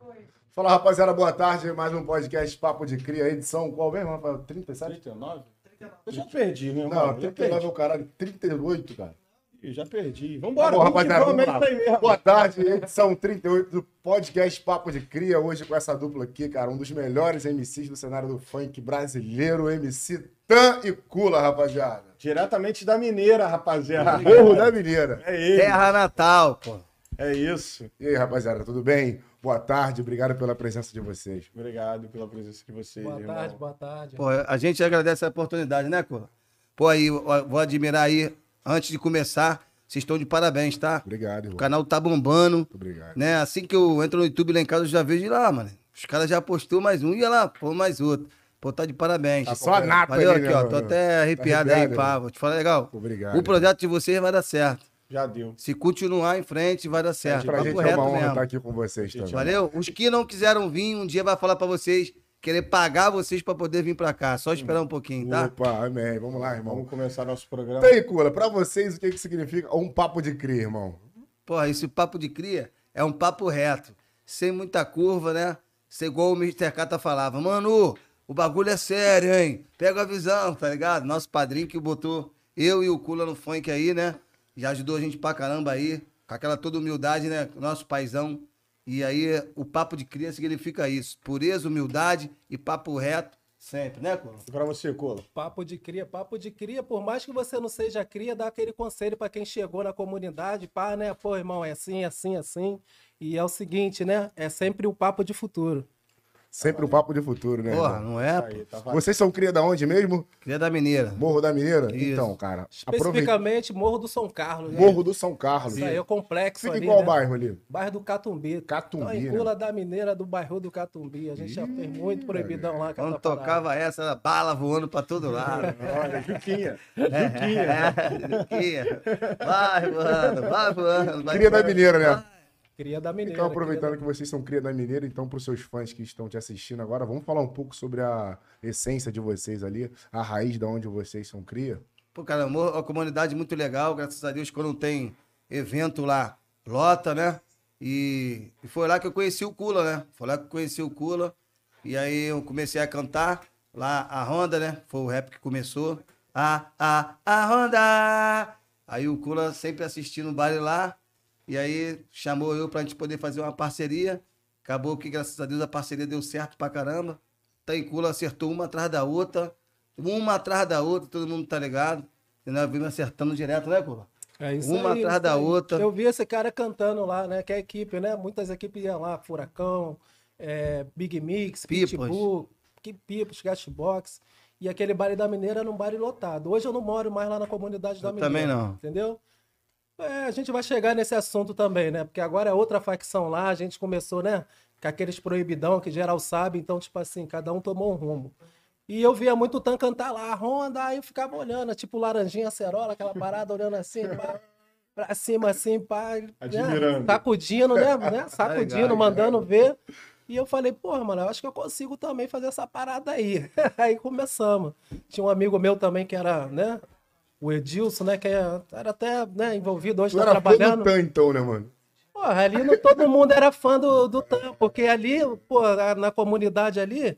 Fala, rapaziada, boa tarde. Mais um podcast Papo de Cria, edição qual mesmo, Rafael? 37? 39? Eu já perdi, meu irmão. Não, 39 é o caralho. 38, cara. Eu já perdi. Vambora, Tá bom, rapaziada, vamos lá. aí mesmo. Boa tarde, edição 38 do podcast Papo de Cria. Hoje com essa dupla aqui, cara, um dos melhores MCs do cenário do funk brasileiro, MC Tan e Kula, rapaziada. Diretamente da Mineira, rapaziada. Morro da Mineira. É ele. Terra natal, pô. É isso. E aí, rapaziada, tudo bem? Boa tarde, obrigado pela presença de vocês. Obrigado pela presença de vocês, Boa irmão. tarde, boa tarde. Pô, a gente agradece a oportunidade, né, Kula? Pô, aí, vou admirar aí, antes de começar, vocês estão de parabéns, tá? Obrigado, O irmão. canal tá bombando, Muito obrigado. né? Assim que eu entro no YouTube lá em casa, eu já vejo lá, mano. Os caras já postou mais um, ia lá, pô, mais outro. Pô, tá de parabéns. Tá só a nata Valeu ali, aqui, né, ó. Tô mano? até arrepiado aí, pá. irmão. Vou te falar legal. Obrigado. O projeto de vocês vai dar certo. Já deu. Se continuar em frente, vai dar certo. Pra gente Papo é reto uma honra mesmo. estar aqui com vocês também. Valeu? Os que não quiseram vir, um dia vai falar pra vocês, querer pagar vocês pra poder vir pra cá. Só esperar um pouquinho, tá? Opa, amém. Vamos lá, irmão. Vamos começar nosso programa. Então aí, Kula, pra vocês, o que significa um papo de cria, irmão? Porra, esse papo de cria é um papo reto, sem muita curva, né? Ser igual o Mr. Kata falava, mano, o bagulho é sério, hein? Pega a visão, tá ligado? Nosso padrinho que botou eu e o Kula no funk aí, né? Já ajudou a gente pra caramba aí, com aquela toda humildade, né? Nosso paizão. E aí, o papo de cria significa isso, pureza, humildade e papo reto sempre, né, Kula? E pra você, Cola? Papo de cria, por mais que você não seja cria, dá aquele conselho pra quem chegou na comunidade, pá, né? Pô, irmão, é assim, assim, assim. E é o seguinte, né? É sempre o papo de futuro. Sempre um papo de futuro, né? Porra, irmão? não é? Aí, Pô? tá valendo. Vocês são cria da onde mesmo? Cria da Mineira. Morro da Mineira? Isso. Então, cara, aproveita. Especificamente, Morro do São Carlos, né? Morro do São Carlos. Isso aí é o complexo Fica ali, em qual né? bairro ali? Bairro do Catumbi. Catumbi, Então, em né? Cula da Mineira, do bairro do Catumbi. A gente já fez muito proibidão lá. com Quando essa parada. tocava essa, era bala voando pra todo lado. Olha, Juquinha. Juquinha. Vai voando, vai voando. Vai Cria da voando. Mineira, né? Cria da Mineira. Então, aproveitando cria que vocês são cria da Mineira, então, pros seus fãs que estão te assistindo agora, vamos falar um pouco sobre a essência de vocês ali, a raiz de onde vocês são cria? Pô, cara, uma comunidade muito legal, graças a Deus, quando tem evento lá, lota, né? E foi lá que eu conheci o Kula, né? Foi lá que eu conheci o Kula. E aí eu comecei a cantar lá a Honda, né? Foi o rap que começou. A Honda! Aí o Kula sempre assistindo o baile lá. E aí chamou eu pra gente poder fazer uma parceria. Acabou que, graças a Deus, a parceria deu certo pra caramba. Taicula acertou uma atrás da outra, todo mundo tá ligado. E nós vimos acertando direto, né, Kula? É isso Uma aí, atrás isso da aí. outra. Eu vi esse cara cantando lá, né? Que é a equipe, né? Muitas equipes iam lá, Furacão, Big Mix, Pipas. Pitbull, Pipas, Gasbox. E aquele baile da Mineira era um baile lotado. Hoje eu não moro mais lá na comunidade da Eu Mineira. também não. Entendeu? A gente vai chegar nesse assunto também, né? Porque agora é outra facção lá, a gente começou, né? Com aqueles proibidão que geral sabe, então, tipo assim, cada um tomou um rumo. E eu via muito o Tan cantar lá, a Honda, aí eu ficava olhando, tipo laranjinha acerola, aquela parada, olhando assim, pá, pra cima, assim, pá, Admirando. né? Sacudindo, né? Sacudindo, legal, mandando ver. E eu falei, porra, mano, eu acho que eu consigo também fazer essa parada aí. Aí começamos. Tinha um amigo meu também que era, né? O Edilson, né? Que era até, né, envolvido hoje, Tu tá era fã trabalhando. do Tan, então, né, mano? Porra, ali todo mundo era fã do Tan, porque ali, pô, na comunidade ali,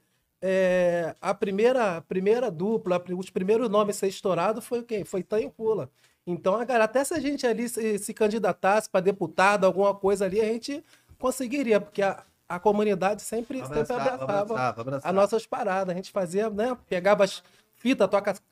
a primeira dupla, os primeiros nomes a ser estourado foi quem? Foi Tan e Kula. Então, cara, até se a gente ali se candidatasse para deputado, alguma coisa ali, a gente conseguiria, porque a comunidade sempre abraçava as nossas paradas. A gente fazia, né? Pegava as fitas,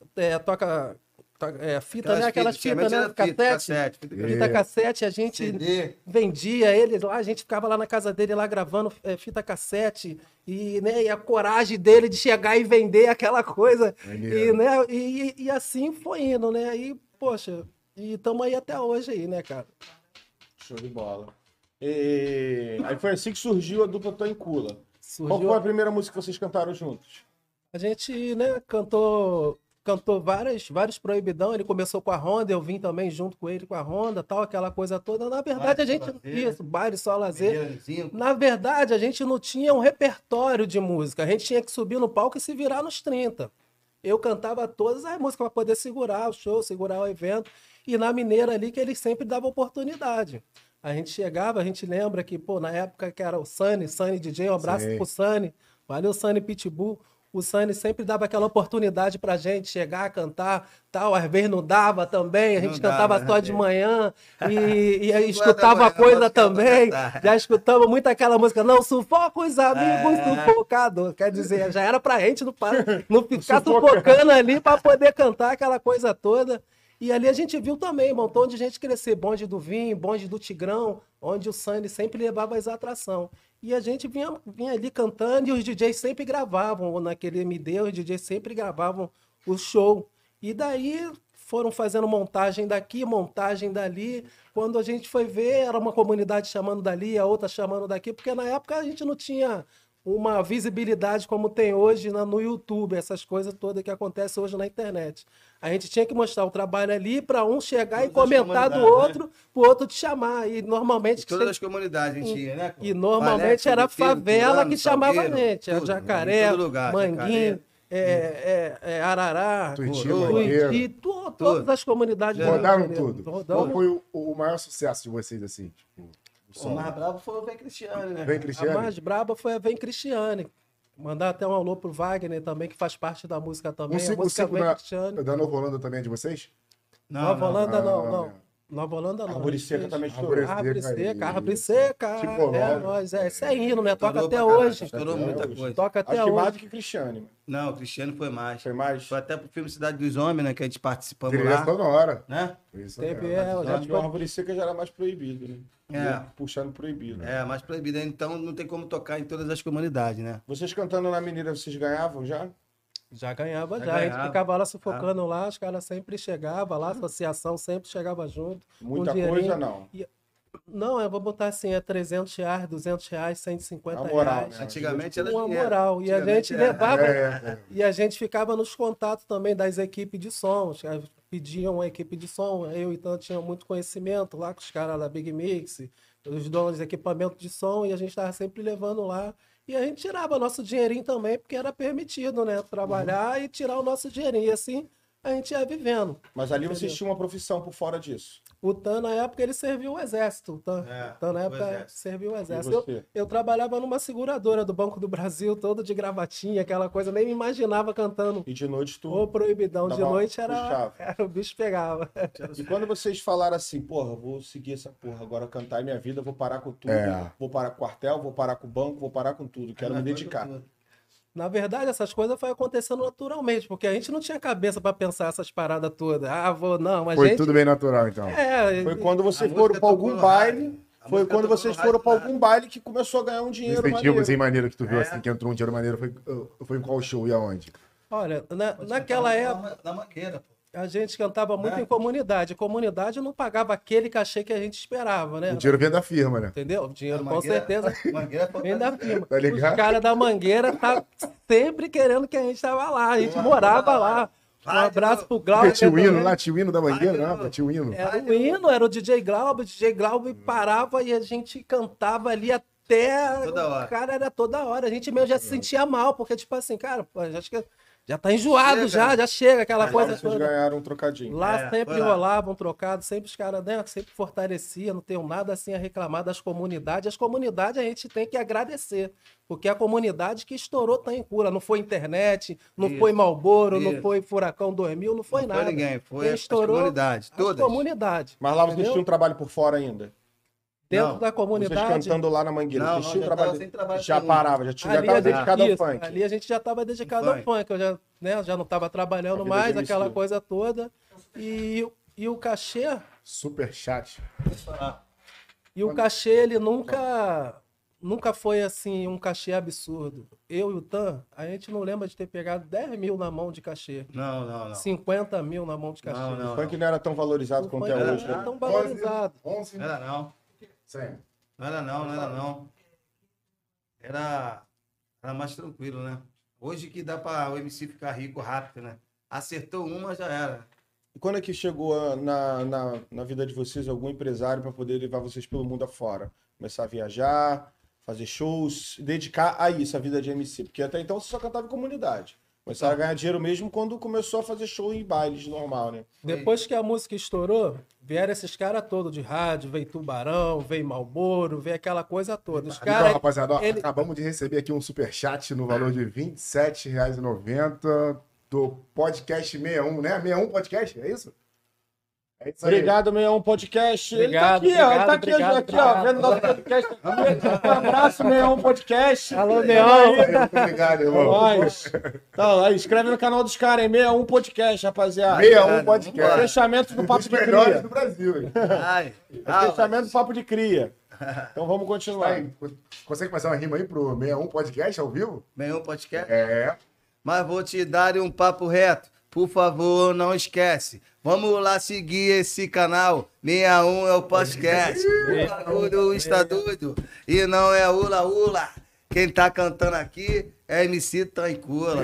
fita, né? Aquelas fitas, né? Cassete. Fita cassete, a gente CD. vendia eles lá, a gente ficava lá na casa dele lá gravando fita cassete e, né, e a coragem dele de chegar e vender aquela coisa. E, né, e assim foi indo, né? E, poxa, e estamos aí até hoje aí, né, cara? Show de bola. Aí foi assim que surgiu a dupla Tan e Kula. Qual Surgiu, foi a primeira música que vocês cantaram juntos? a gente, né, cantou vários proibidão. Ele começou com a Honda, eu vim também junto com ele com a Honda, tal, aquela coisa toda. Na verdade, Baile só lazer, isso, baile só lazer. Mineirãozinho. Na verdade, a gente não tinha um repertório de música. A gente tinha que subir no palco e se virar nos 30. Eu cantava todas as músicas para poder segurar o show, segurar o evento. E na Mineira ali que eles sempre davam oportunidade. A gente chegava, a gente lembra que, pô, na época que era o Sunny DJ, um abraço Sim. pro Sunny. Valeu, Sunny Pitbull. O Sunny sempre dava aquela oportunidade pra gente chegar, cantar, tal. Às vezes não dava também, a gente Não cantava dava, só né? de manhã e aí 5 escutava horas da coisa manhã, nós também. cantava. Já escutamos muito aquela música, não sufoca os amigos, É. sufocador. Quer dizer, já era pra gente não ficar sufocando ali pra poder cantar aquela coisa toda. E ali a gente viu também um montão de gente crescer, bonde do Vinho, bonde do Tigrão, onde o Sunny sempre levava as atrações. E a gente vinha ali cantando e os DJs sempre gravavam, naquele MD, os DJs sempre gravavam o show. E daí foram fazendo montagem daqui, montagem dali. Quando a gente foi ver, era uma comunidade chamando dali, a outra chamando daqui, porque na época a gente não tinha uma visibilidade como tem hoje no YouTube, essas coisas todas que acontecem hoje na internet. A gente tinha que mostrar o trabalho ali para um chegar e Todas as comentar do comunidades, outro, pro outro te chamar. E normalmente Todas as comunidades a gente ia, né? e normalmente Palestra, era a Pinteiro, favela Turano, que chamava a Salgueiro, gente. Era tudo, Jacaré, em todo lugar, Manguinho, Arará, Tuiuti, Coroa, Mangueira. Tuiuti, todas as comunidades. do Rio de Rodaram Janeiro. tudo. Qual Rodamos. foi o maior sucesso de vocês, assim? Tipo, o O som? mais bravo foi o Vem Cristiano, né? Vem A Cristiano? mais braba foi a Vem Cristiane. Mandar até um alô pro Wagner também, que faz parte da música também. O A 5 música Vem da, Cristiane. da Nova Holanda também é de vocês? Nova Holanda não, não. não. Nova Holanda não. Árvore Seca também estourou. Árvore Árvore isso. seca. Tipo, É, nova. nós, isso é hino, né? Toca Estourou até pra caralho, hoje. Estourou Até muita hoje. coisa. Toca até Acho que mais hoje. do que Cristiane, mano. Não, o Cristiano foi mais. Foi mais? Foi até pro filme Cidade dos Homens, né? Que a gente participamos Trilha lá. sonora. Né? Isso Teve, mesmo. já Acho que o Árvore Seca já era mais proibido, né? É. Puxando proibido. É, mais proibido. Então não tem como tocar em todas as comunidades, né? Vocês cantando na Mineira, vocês ganhavam já? Já ganhava, Já já. A gente ganhava. ficava lá sufocando lá, os caras sempre chegavam lá, a associação sempre chegava junto. Muita um dinheirinho. coisa, não. Não, eu vou botar assim, é R$300, R$200, R$150. A moral, reais. né? Antigamente era Uma dinheiro. moral. E a Antigamente gente era. levava. É. E a gente ficava nos contatos também das equipes de som. Os caras pediam a equipe de som. Eu então tinha muito conhecimento lá com os caras da Big Mix, os donos de equipamento de som, e a gente estava sempre levando lá. E a gente tirava nosso dinheirinho também, porque era permitido, né? Trabalhar e tirar o nosso dinheirinho. E assim a gente ia vivendo. Mas ali vocês Entendeu? tinham uma profissão por fora disso. O Tan, na época, ele serviu o exército. O Tan, É, Tan, na o época, exército. serviu o E exército. você? Eu trabalhava numa seguradora do Banco do Brasil, todo de gravatinha, aquela coisa. Nem me imaginava cantando. E de noite tu... Ô, proibidão. De Dava- noite puxava. o bicho pegava. E quando vocês falaram assim, porra, vou seguir essa porra agora, cantar em minha vida, vou parar com tudo. É. Vou parar com o quartel, vou parar com o banco, vou parar com tudo. Quero me dedicar. Na verdade, essas coisas foi acontecendo naturalmente, porque a gente não tinha cabeça pra pensar essas paradas todas. Ah, não, mas Foi gente... tudo bem natural, então. Foi quando vocês A foram música pra algum tocou no baile. rádio. A Foi música quando tocou vocês no foram pra rádio, algum baile que começou a ganhar um dinheiro Incentivos maneiro. em maneiro que tu viu, É. assim, que entrou um dinheiro maneiro. Foi em qual show e aonde? Olha, naquela época, Na Mangueira, pô. a gente cantava muito Né? em comunidade. A comunidade não pagava aquele cachê que a gente esperava, né? O dinheiro veio da firma, né? Entendeu? O dinheiro, Na com Mangueira- certeza, Mangueira vem da firma. Tá ligado? Os caras da Mangueira tá sempre querendo que a gente tava lá. A gente morava lá. Um Vai, abraço pro Porque Glauber. tinha o hino também. lá, tinha o hino da Mangueira, Vai, não? Tinha o hino. Era o hino, era o DJ Glauber parava e a gente cantava ali até... Toda hora. Cara, era toda hora. A gente mesmo já se sentia mal, porque tipo assim, cara, pô, acho que já tá enjoado, Chega, já chega aquela Lá coisa vocês toda. ganharam um trocadinho. Lá É, sempre foi lá. rolavam trocado, sempre os caras, né, sempre fortaleciam, não tenho nada assim a reclamar das comunidades. As comunidades a gente tem que agradecer, porque a comunidade que estourou tá em cura, não foi internet, não Isso, foi Malboro, não isso. foi Furacão 2000, não foi Não nada. foi ninguém, foi Quem as estourou comunidades, as todas. comunidades. Mas lá vocês Entendeu? tinham trabalho por fora ainda. Dentro Não, da Vocês comunidade. cantando lá na Mangueira. Não, vocês não, tinham já tava trabalho. sem trabalho Já nenhum. parava, já Ali estava a gente- dedicado ao isso, funk. ali a gente já estava dedicado ao Funk. funk, eu já, né, já não estava trabalhando A vida mais, de aquela MC. coisa toda. E o cachê, Super chat. ele nunca foi assim um cachê absurdo. Eu e o Tan, a gente não lembra de ter pegado 10 mil na mão de cachê. Não. 50 mil na mão de cachê. Não, O funk não era tão valorizado O quanto funk é não hoje. era né? tão valorizado. 11, Não era não. 100. Não era não. Era mais tranquilo, né? Hoje que dá para o MC ficar rico rápido, né? Acertou uma, já era. E quando é que chegou na vida de vocês algum empresário para poder levar vocês pelo mundo afora? Começar a viajar, fazer shows, dedicar a isso, a vida de MC? Porque até então você só cantava em comunidade. Começaram a ganhar dinheiro mesmo quando começou a fazer show em bailes normal, né? Depois que a música estourou, vieram esses caras todos de rádio, veio Tubarão, veio Malboro, veio aquela coisa toda. Os Então, caras. rapaziada, ó, ele- acabamos de receber aqui um superchat no valor de R$ 27,90 do podcast 61, né? 61 Podcast, é isso? É isso aí. Obrigado, 61 Podcast. Obrigado, ele tá aqui, ó. Ele tá obrigado, aqui, ó, obrigado. vendo nosso podcast. Um abraço, 61 Podcast. Alô, Aí. Meão. Muito obrigado, irmão. Nós. Então, aí, inscreve no canal dos caras, hein? 61 Podcast, rapaziada. 61 Podcast. Fechamento do Um Papo dos de melhores Cria. do Brasil. hein? Ai, Fechamento do Papo de Cria. Então vamos continuar. Aí, consegue fazer uma rima aí pro 61 Podcast ao vivo? Nenhum podcast. É. Mas vou te dar um papo reto. Por favor, não esquece. Vamos lá seguir esse canal. 61 é o podcast. O bagulho está doido. E não é ula ula. Quem tá cantando aqui é MC Tancula.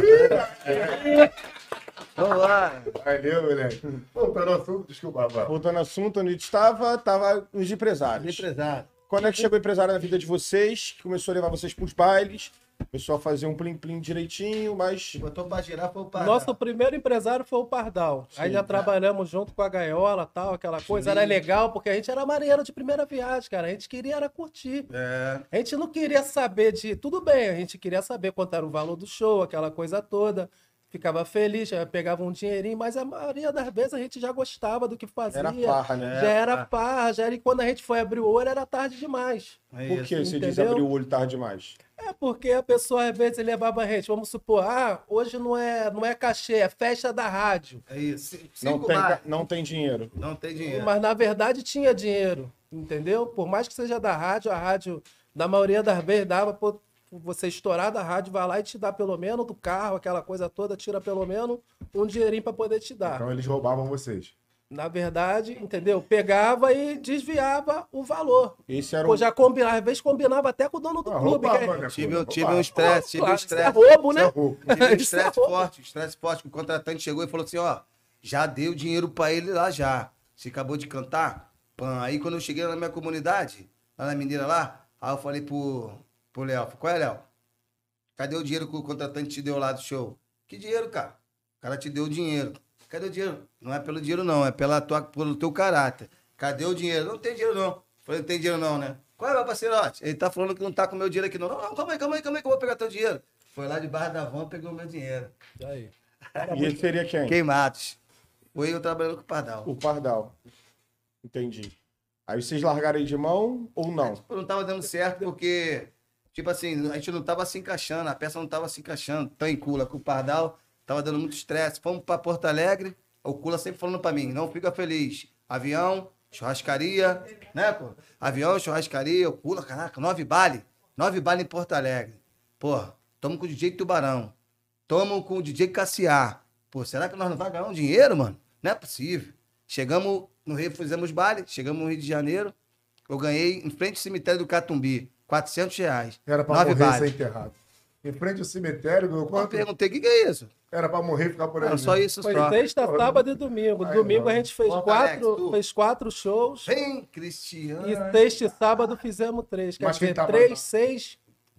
Vamos lá. Valeu, moleque. Voltando ao assunto, desculpa, Rafa. Voltando ao assunto, onde a gente estava nos empresários. Empresário. Quando é que chegou o empresário na vida de vocês, que começou a levar vocês pros bailes, começou a fazer um plim-plim direitinho, mas Botou pra girar, foi o pai. Nosso primeiro empresário foi o Pardal. Aí já trabalhamos junto com a Gaiola tal, aquela coisa. Era legal, porque a gente era marinheiro de primeira viagem, cara. A gente queria era curtir. É. A gente não queria saber de. Tudo bem, a gente queria saber quanto era o valor do show, aquela coisa toda. Ficava feliz, já pegava um dinheirinho, mas a maioria das vezes a gente já gostava do que fazia. era farra, né? Já era farra, já era. E quando a gente foi abrir o olho, era tarde demais. É Por isso. que você diz entendeu? abrir o olho tarde demais? É porque a pessoa às vezes levava a gente, vamos supor, hoje não é cachê, é festa da rádio. É isso. Não Cinco tem, bares. não tem dinheiro. Não tem dinheiro. Mas na verdade tinha dinheiro, entendeu? Por mais que seja da rádio, a rádio, na maioria das vezes, dava pra você estourar da rádio, vai lá e te dá pelo menos do carro, aquela coisa toda, tira pelo menos um dinheirinho pra poder te dar. Então eles roubavam vocês. Na verdade, entendeu? Pegava e desviava o valor. Esse era Pô, o... já combinava, às vezes combinava até com o dono do clube. roubava, que é- né? Tive Roubava. um estresse, tive um Claro, isso é estresse. roubo, né? Isso é roubo. Tive um Isso é estresse roubo. forte, estresse forte, que o contratante chegou e falou assim, ó, já deu dinheiro pra ele lá já. Você acabou de cantar? Pã. Aí quando eu cheguei na minha comunidade, lá na Mineira lá, aí eu falei pro Léo, qual é, Léo? Cadê o dinheiro que o contratante te deu lá do show? Que dinheiro, cara? O cara te deu o dinheiro. Cadê o dinheiro? Não é pelo dinheiro não, é pelo teu caráter. Cadê o dinheiro? Não tem dinheiro não. Falei, não tem dinheiro não, né? Qual é, meu parceirote? Ele tá falando que não tá com o meu dinheiro aqui não. Não, calma aí, que eu vou pegar teu dinheiro. Foi lá debaixo da van, pegou o meu dinheiro. Aí. E ele seria quem? Queimados. Foi eu trabalhando com o Pardal. O Pardal. Entendi. Aí vocês largaram ele de mão ou não? Não tava dando certo porque, tipo assim, a gente não tava se encaixando, a peça não tava se encaixando. Tancula com o Pardal, tava dando muito estresse. Fomos pra Porto Alegre, o Cula sempre falando pra mim, não fica feliz. Avião, churrascaria, né, pô? Avião, churrascaria, o Cula, caraca, 9 baile em Porto Alegre. Porra, tamo com o DJ Tubarão, tamo com o DJ Cassiar. Pô, será que nós não vamos ganhar um dinheiro, mano? Não é possível. Chegamos no Rio, fizemos baile, chegamos no Rio de Janeiro, eu ganhei em frente ao cemitério do Catumbi, R$400. Era pra 9 morrer e baile. ser enterrado. Em frente ao cemitério, ganhou Eu quanto? perguntei, o que é isso? Era pra morrer e ficar por aí. Não, só isso Foi só. sexta, sábado e domingo. Ai, Domingo a mano. gente fez Porto Alegre, tu? fez 4 shows. Vem, Cristiano. E sexta e sábado fizemos 3. Quer Mas quem dizer, tava 3, lá? 6,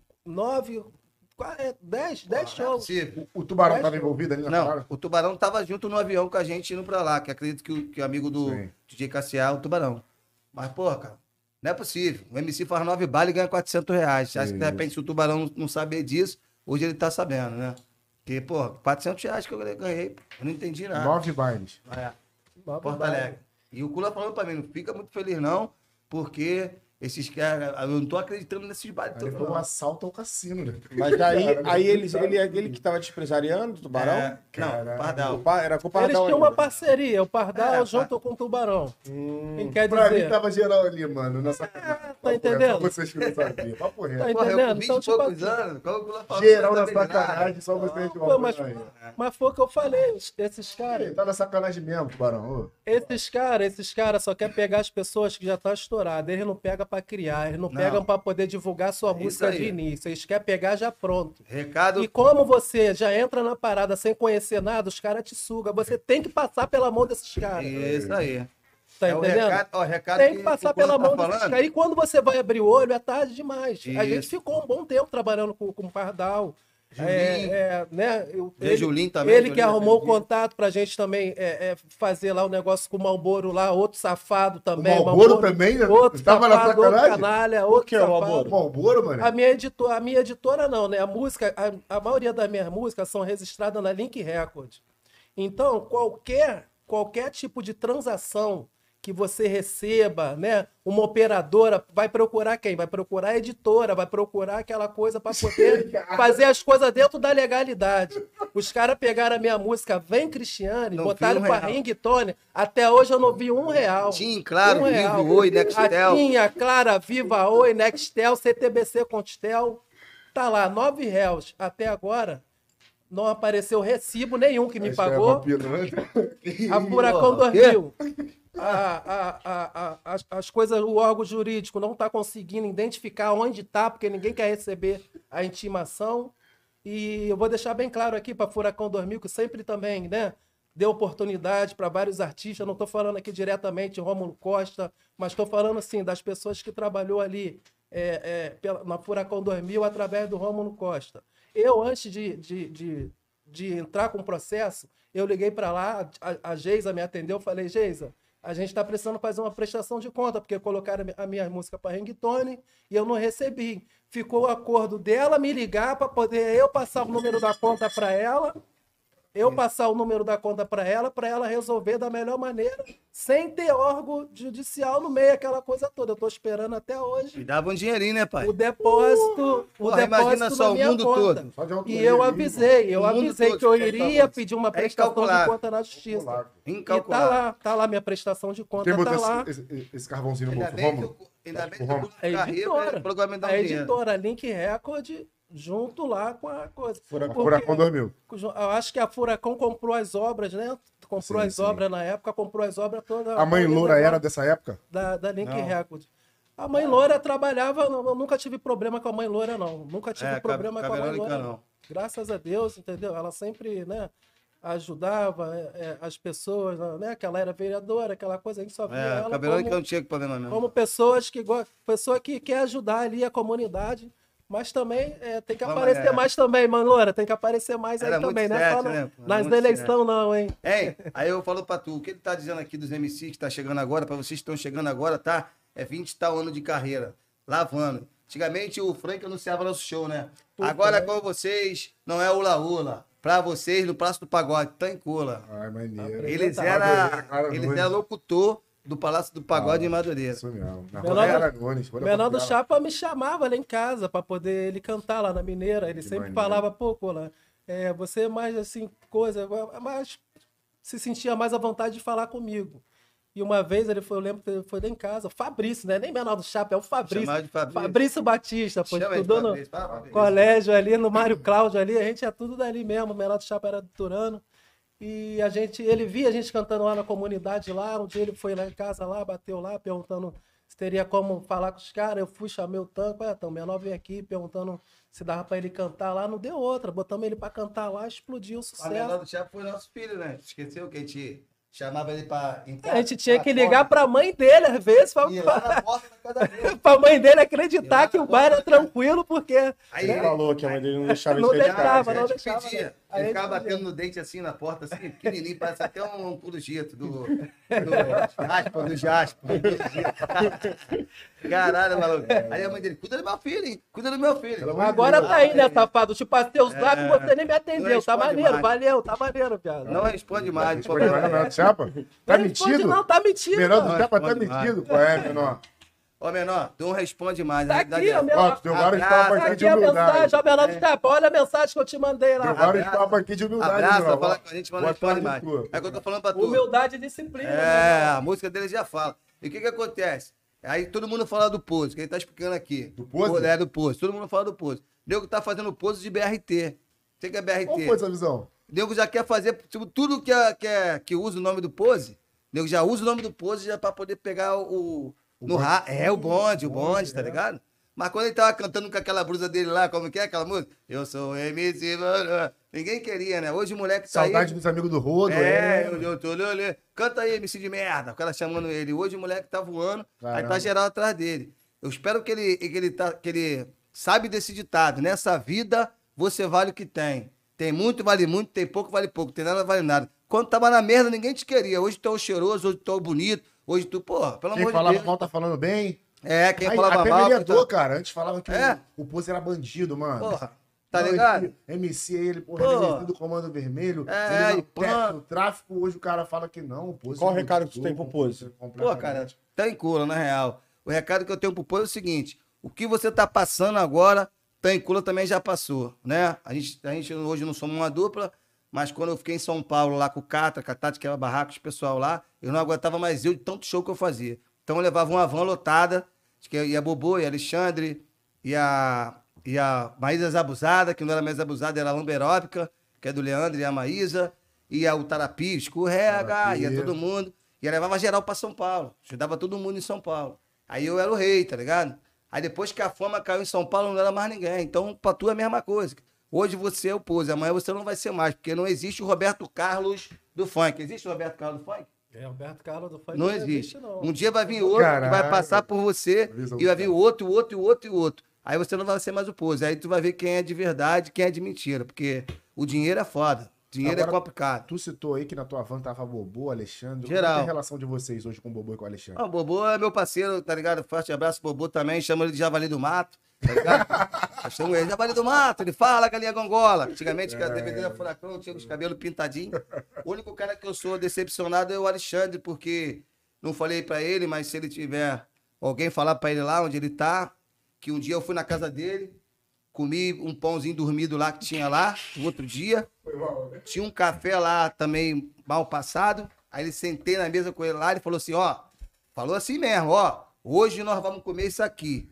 9, 10 Não é shows. possível. O tubarão Mas- estava envolvido ali na Não, parada? o Tubarão tava junto no avião com a gente indo pra lá, que acredito que o amigo do Sim. DJ Cassiar é o Tubarão. Mas, porra, cara, não é possível. O MC faz 9 baile e ganha R$400. Você acha que, de repente, se o Tubarão não saber disso, hoje ele tá sabendo, né? Porque, porra, R$400 que eu ganhei, eu não entendi nada. 9 bailes. É. Nove Porto baile. Alegre. E o Cula falando pra mim, não fica muito feliz não, porque esses caras, eu não tô acreditando nesses bailes Aí todos, foi um não. assalto ao cassino, né? Mas aí ele que tava te empresariando, do Tubarão? É, não, Caralho. Pardal. Era com o Eles Pardal tinham uma ainda. parceria, o Pardal É, junto com o Tubarão. Quem quer Pra mim dizer? tava geral ali, mano. Nessa... tá entendendo? Só vocês que não sabiam. Papo reto. Tá Porra, eu entendendo? com 20 Então, e tipo poucos assim, anos, como o Cula falou, Geral não na sabia de nada. sacanagem, só vocês que Pô, vão mas, aí. mas foi o que eu falei, esses Ele caras. tá na sacanagem mesmo, tubarão. Ô. Esses caras só querem pegar as pessoas que já estão estouradas. Eles não pegam pra criar, eles não pegam pra poder divulgar sua Isso música aí. de início. Eles querem pegar já pronto. Recado, E como você já entra na parada sem conhecer nada, os caras te sugam. Você tem que passar pela mão desses caras. isso aí. Tá É o entendendo? recado, ó, recado Tem que passar o Cula pela tá mão desses falando. caras. E quando você vai abrir o olho, é tarde demais. A gente Isso. ficou um bom tempo trabalhando com o Pardal. Né? Julinho também. Ele que Julinho arrumou o também. contato pra gente também fazer lá o negócio com o Malboro lá, outro safado também. O Malboro também? Outro Tava na safado, outro sacanagem? canalha, Por outro que o safado. Malboro? Malboro, mano? A minha editora não, né? A música, a maioria das minhas músicas são registradas na Link Record. Então, qualquer tipo de transação que você receba, né? Uma operadora vai procurar quem? Vai procurar a editora, vai procurar aquela coisa para poder fazer as coisas dentro da legalidade. Os caras pegaram a minha música Vem Cristiane, Não botaram vi para R$1. ringtone. Até hoje eu não vi R$1. Tim, claro, R$1. Vivo, Oi, Nextel. A Tinha, Clara, Viva, Oi, Nextel, CTBC, Contel. Tá lá, R$9. Até agora não apareceu recibo nenhum que me Acho que é pagou. vampiro, né? A Furacão Quê? 2000. As coisas, o órgão jurídico não está conseguindo identificar onde está, porque ninguém quer receber a intimação. E eu vou deixar bem claro aqui para Furacão 2000, que sempre também, né, deu oportunidade para vários artistas. Não estou falando aqui diretamente de Rômulo Costa, mas estou falando assim das pessoas que trabalhou ali na Furacão 2000 através do Rômulo Costa. Eu, antes de entrar com o processo, eu liguei para lá, a Geisa me atendeu, falei, Geisa, a gente está precisando fazer uma prestação de conta, porque colocaram a minha música para ringtone e eu não recebi. Ficou o acordo dela me ligar para poder eu passar o número da conta para ela, para ela resolver da melhor maneira, sem ter órgão judicial no meio, aquela coisa toda. Eu estou esperando até hoje E dava um dinheirinho, né, pai? o depósito, Porra, imagina só, na o minha mundo conta. todo. Só de E eu avisei todo que eu se iria contava. pedir uma É prestação de incalculável. conta na justiça. E Incalculável. tá lá minha prestação de conta, Quem tá botou lá. esse carvãozinho no Ainda bolso? bem que Vamos. ainda bem que Vamos. eu É carreira, editora. falou que vai me dar um A dinheiro. editora Link Record junto lá com a coisa. Furacão 2000. Eu acho que a Furacão comprou as obras, né? Comprou Sim, as sim. obras na época, comprou as obras todas. A mãe Loura era dessa época? Da Link Não. Record. A mãe Loura trabalhava, eu nunca tive problema com a mãe Loura, não. Nunca tive problema com a mãe Verônica, Loura. não. Graças a Deus, entendeu? Ela sempre, né, ajudava as pessoas, né? Que ela era vereadora, aquela coisa, a gente só via ela Com a Verônica como, não tinha problema mesmo. como pessoas que pessoa que quer ajudar ali a comunidade. Mas também tem que Vamos, aparecer mais também, mano, Loura. Tem que aparecer mais aí Era muito também, né? certo, Só né? Era nas muito eleições não, hein? Ei, aí eu falo pra tu, o que ele tá dizendo aqui dos MCs que tá chegando agora, pra vocês que estão chegando agora, tá? É 20 e tal ano de carreira, lavando. Antigamente o Frank anunciava nosso show, né? Puta, Agora né? com vocês, não é ula-ula. Pra vocês, no Palácio do Pagode, tá em Cula. Ai, maneiro. Eles Madureira, Clara eles Nunes. eram locutor do Palácio do Pagode em Madureira. Isso mesmo. Na Menor rua do- Clara Nunes. O menor do Chapa me chamava lá em casa pra poder ele cantar lá na Mineira. Ele sempre maneiro. falava, pô, Cola, você é mais assim, coisa, mas se sentia mais à vontade de falar comigo. E uma vez ele foi, eu lembro que ele foi lá em casa, o Fabrício, né? Nem menor do Chapa, é o Fabrício. Chamava de Fabrício. Fabrício Batista, pô, Chama ele, estudou no Fabrício. Fala, Fabrício. colégio ali, no Mário Cláudio ali, a gente é tudo dali mesmo, o menor do Chapa era do Turano. E ele via a gente cantando lá na comunidade lá, um dia ele foi lá em casa lá, bateu lá, perguntando se teria como falar com os caras, eu fui, chamei o Tanco, então o menor veio aqui perguntando se dava pra ele cantar lá, não deu outra, botamos ele pra cantar lá, explodiu o A menor sucesso. do Thiago foi nosso filho, né? Esqueceu que a gente chamava ele pra entrar. A gente tinha que ligar pra mãe dele, às vezes, E lá na porta da casa dele. pra mãe dele acreditar que o bar era tranquilo, porque Aí Ele falou que a mãe dele não deixava Não ele sair de deixava, casa. não a gente deixava. pedia. Aí Ele a gente ficava pedia. batendo no dente assim na porta, assim, pequenininho, parece até um purugito do Jasper. Caralho, maluco. Aí a mãe dele, cuida do meu filho, hein? Cuida do meu filho. agora tá aí, né, safado? Te passei os zap e você nem me atendeu. Não Tá responde maneiro, mais. valeu, tá maneiro, viado. Não responde mais. Responde mais na menor do Chapa? Tá Não responde mentindo? Não, tá mentindo. Menor do mano. Chapa tá responde mais. mentindo. Qual é, menor? Ô, menor, tu não responde mais. Tá Na aqui, verdade é- ó, meu. Ó, tu deu vários Abraço. tapas Tá aqui aqui de a humildade. mensagem, ó, menor do Chapa. Olha a mensagem que eu te mandei lá. Deu vários Abraço. tapas aqui de humildade, Abraço, menor. fala com a gente, mas não Boa responde tarde, mais. tua. É o que eu tô falando pra tu. Humildade e disciplina. A música dele já fala. E o que que acontece? Aí todo mundo fala do Pose, que ele tá explicando aqui. Do Pose? É, do Pose. Todo mundo fala do Pose. Nego tá fazendo Pose de BRT. Você que é BRT. Qual foi essa visão? Nego já quer fazer tipo, tudo que usa o nome do Pose. Nego já usa o nome do Pose já pra poder pegar o bonde, tá ligado? Mas quando ele tava cantando com aquela blusa dele lá, como que é aquela música? Eu sou o MC, mano. Ninguém queria, né? Hoje o moleque tá Saudade aí. dos amigos do Rodo. Eu tô olhando. Canta aí, MC de merda. O cara chamando ele. Hoje o moleque tá voando, aí Caramba. tá geral atrás dele. Eu espero que ele sabe desse ditado. Nessa vida, você vale o que tem. Tem muito, vale muito, tem pouco, vale pouco. Tem nada, vale nada. Quando tava na merda, ninguém te queria. Hoje tu é o cheiroso, hoje tu é o bonito, hoje tu, porra, pelo Quem amor de falava Deus. mal tá falando bem. Quem Aí, falava até mal... vereador, cara. Antes falavam que É. o Pose era bandido, mano. Porra, tá Não, ligado? MC, ele, porra, Porra. MC do Comando Vermelho. É, ele e pã. no tráfico, hoje o cara fala que não. O Pose Qual o é recado muito que tu tem pro louco, Pose? Pô, cara, tá em cula, na real. O recado que eu tenho pro povo é o seguinte: o que você tá passando agora, tá em cula também já passou, né? A gente hoje não somos uma dupla, mas quando eu fiquei em São Paulo lá com o Catra, com a Tati, que era barracos, pessoal lá, eu não aguentava mais eu de tanto show que eu fazia. Então eu levava uma van lotada, acho que ia Bobô, ia Alexandre, e a Maísa Zabuzada, que não era mais Zabuzada, era a Lamberóbica, que é do Leandro e a Maísa, ia o Tarapi, Escorrega, ia todo mundo. E eu levava geral pra São Paulo. Ajudava todo mundo em São Paulo. Aí eu era o rei, tá ligado? Aí depois que a fama caiu em São Paulo, não era mais ninguém. Então, pra tu é a mesma coisa. Hoje você é o Pose, amanhã você não vai ser mais, porque não existe o Roberto Carlos do funk. Existe o Roberto Carlos do funk? Roberto Carlos do funk Não existe. não. Um dia vai vir outro que vai passar por você, e vai vir o outro, o outro, o outro e o outro. Aí você não vai ser mais o Pose. Aí tu vai ver quem é de verdade, quem é de mentira. Porque o dinheiro é foda. Dinheiro Agora, é complicado. Tu citou aí que na tua van tava Bobô, Alexandre. Geral. Como é a relação de vocês hoje com o Bobô e com o Alexandre? O Bobô é meu parceiro, tá ligado? Forte abraço, Bobô também. Chamo ele de Javali do Mato, tá ligado? Eu chamo ele de Javali do Mato. Ele fala, galinha gongola. Antigamente, a DVD da Furacão tinha os cabelos pintadinhos. O único cara que eu sou decepcionado é o Alexandre, porque não falei pra ele, mas se ele tiver alguém falar pra ele lá onde ele tá, que um dia eu fui na casa dele, comi um pãozinho dormido lá que tinha lá, no outro dia. Tinha um café lá também mal passado. Aí ele sentei na mesa com ele lá, ele falou assim, ó, falou assim mesmo, ó, hoje nós vamos comer isso aqui.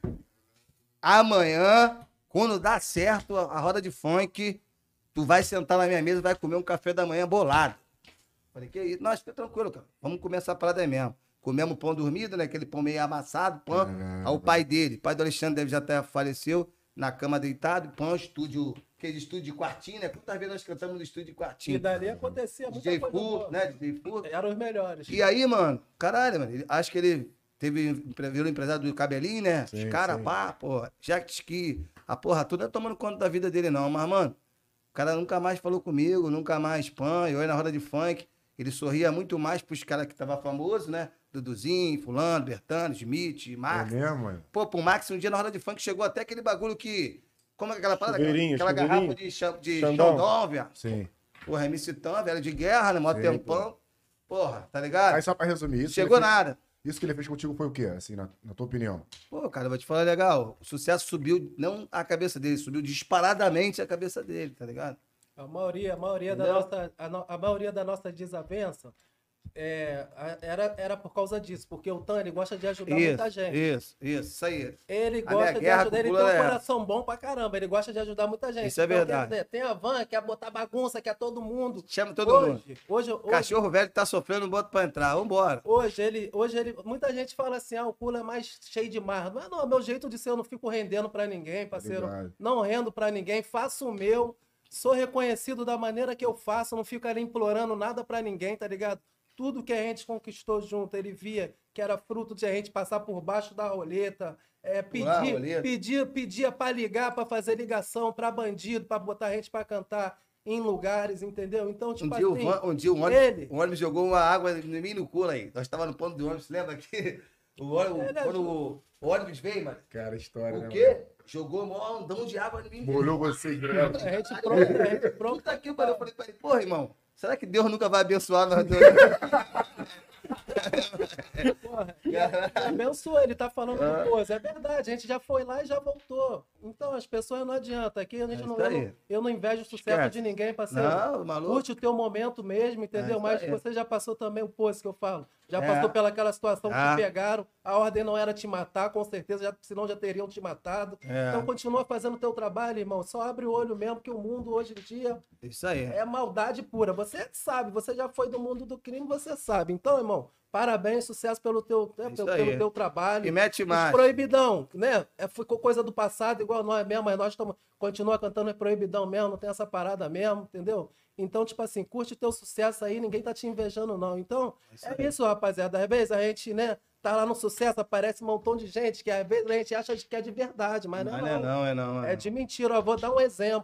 Amanhã, quando dá certo a roda de funk, tu vai sentar na minha mesa e vai comer um café da manhã bolado. Falei, que isso? Não, fica tranquilo, cara. Vamos comer essa parada aí mesmo. Comemos pão dormido, né? Aquele pão meio amassado, pão. Aí o pai dele, pai do Alexandre deve já até faleceu, na cama deitado, pão, estúdio, aquele estúdio de quartinho, né? Quantas vezes nós cantamos no estúdio de E quartinho? dali acontecia muita DJ coisa Fu, boa. né? DJ Fu. Eram os melhores. E aí, mano, caralho, mano, acho que ele virou empresário do Cabelinho, né? Sim, Os caras, sim. pá, porra, jet ski, a porra toda tomando conta da vida dele, não. Mas, mano, o cara nunca mais falou comigo, nunca mais pã, eu ia na roda de funk, ele sorria muito mais pros caras que tava famoso, né? Duduzinho, Fulano, Bertano, Smith, É Max. mesmo, mano? Pô, pro Max, um dia na roda de funk chegou até aquele bagulho que... Como é aquela parada? Chuveirinho, Aquela chuveirinho. garrafa de Xandão. Xandão, viado. Sim. Porra, MC Tão, velho de guerra, né? Mó Sim, tempão. Porra, tá ligado? Aí só pra resumir isso. Chegou ele fez- nada. Isso que ele fez contigo foi o quê, assim, na tua opinião? Pô, cara, eu vou te falar legal. O sucesso subiu, não a cabeça dele, subiu disparadamente a cabeça dele, tá ligado? A maioria da Entendeu? nossa, a maioria da nossa desavença era por causa disso, porque o Tan, ele gosta de ajudar muita gente. Isso aí. Ele A minha gosta de guerra ajudar, ele com tem o um Pula é coração bom pra caramba, ele gosta de ajudar muita gente. Isso é Então, quer verdade. dizer, tem a van, quer botar bagunça, quer todo mundo. Chama todo mundo. Hoje, Cachorro velho tá sofrendo, bota pra entrar. Vambora. Hoje ele, muita gente fala assim, o Pula é mais cheio de mar. Não é não, meu jeito de ser, eu não fico rendendo pra ninguém, parceiro. ligado. Não rendo pra ninguém, faço o meu, sou reconhecido da maneira que eu faço, não fico ali implorando nada pra ninguém, tá ligado? Tudo que a gente conquistou junto, ele via que era fruto de a gente passar por baixo da roleta, pedia pra ligar, pra fazer ligação pra bandido, pra botar a gente pra cantar em lugares, entendeu? Então, tipo Um dia o ele- ônibus jogou uma água em mim e no cu aí. Nós tava no ponto do ônibus, lembra que quando o ônibus veio, mano? Cara, história, O né? quê? Jogou um ondão de água em mim. Molhou vocês, né? a gente pronto. Puta que pariu. Eu falei pra ele, porra, irmão, será que Deus nunca vai abençoar nós dois? Porra, abençoa, ele tá falando de coisa. É verdade, a gente já foi lá e já voltou. Então, as pessoas não adianta. Aqui a gente É não, isso aí. eu não invejo o sucesso Esquece. de ninguém, parceiro. Não, maluco. Curte o teu momento mesmo, entendeu? É isso Mas aí. você já passou também o poço que eu falo. Já É. passou pelaquela situação que Ah. te pegaram. A ordem não era te matar, com certeza, senão já teriam te matado. É. Então continua fazendo o teu trabalho, irmão. Só abre o olho mesmo, que o mundo hoje em dia Isso aí. é maldade pura. Você sabe, você já foi do mundo do crime, você sabe. Então, irmão, parabéns, sucesso pelo teu, Isso pelo aí. teu trabalho. E mete Os mais. proibidão, né? Ficou coisa do passado, igual nós mesmo, mas nós continua cantando é proibidão mesmo, não tem essa parada mesmo, entendeu? Então, tipo assim, curte o teu sucesso aí, ninguém tá te invejando, não. Então, é isso, rapaziada. Às vezes a gente, né, tá lá no sucesso, aparece um montão de gente que às vezes a gente acha que é de verdade, mas não é não. É É de mentira. Ó, vou dar um exemplo.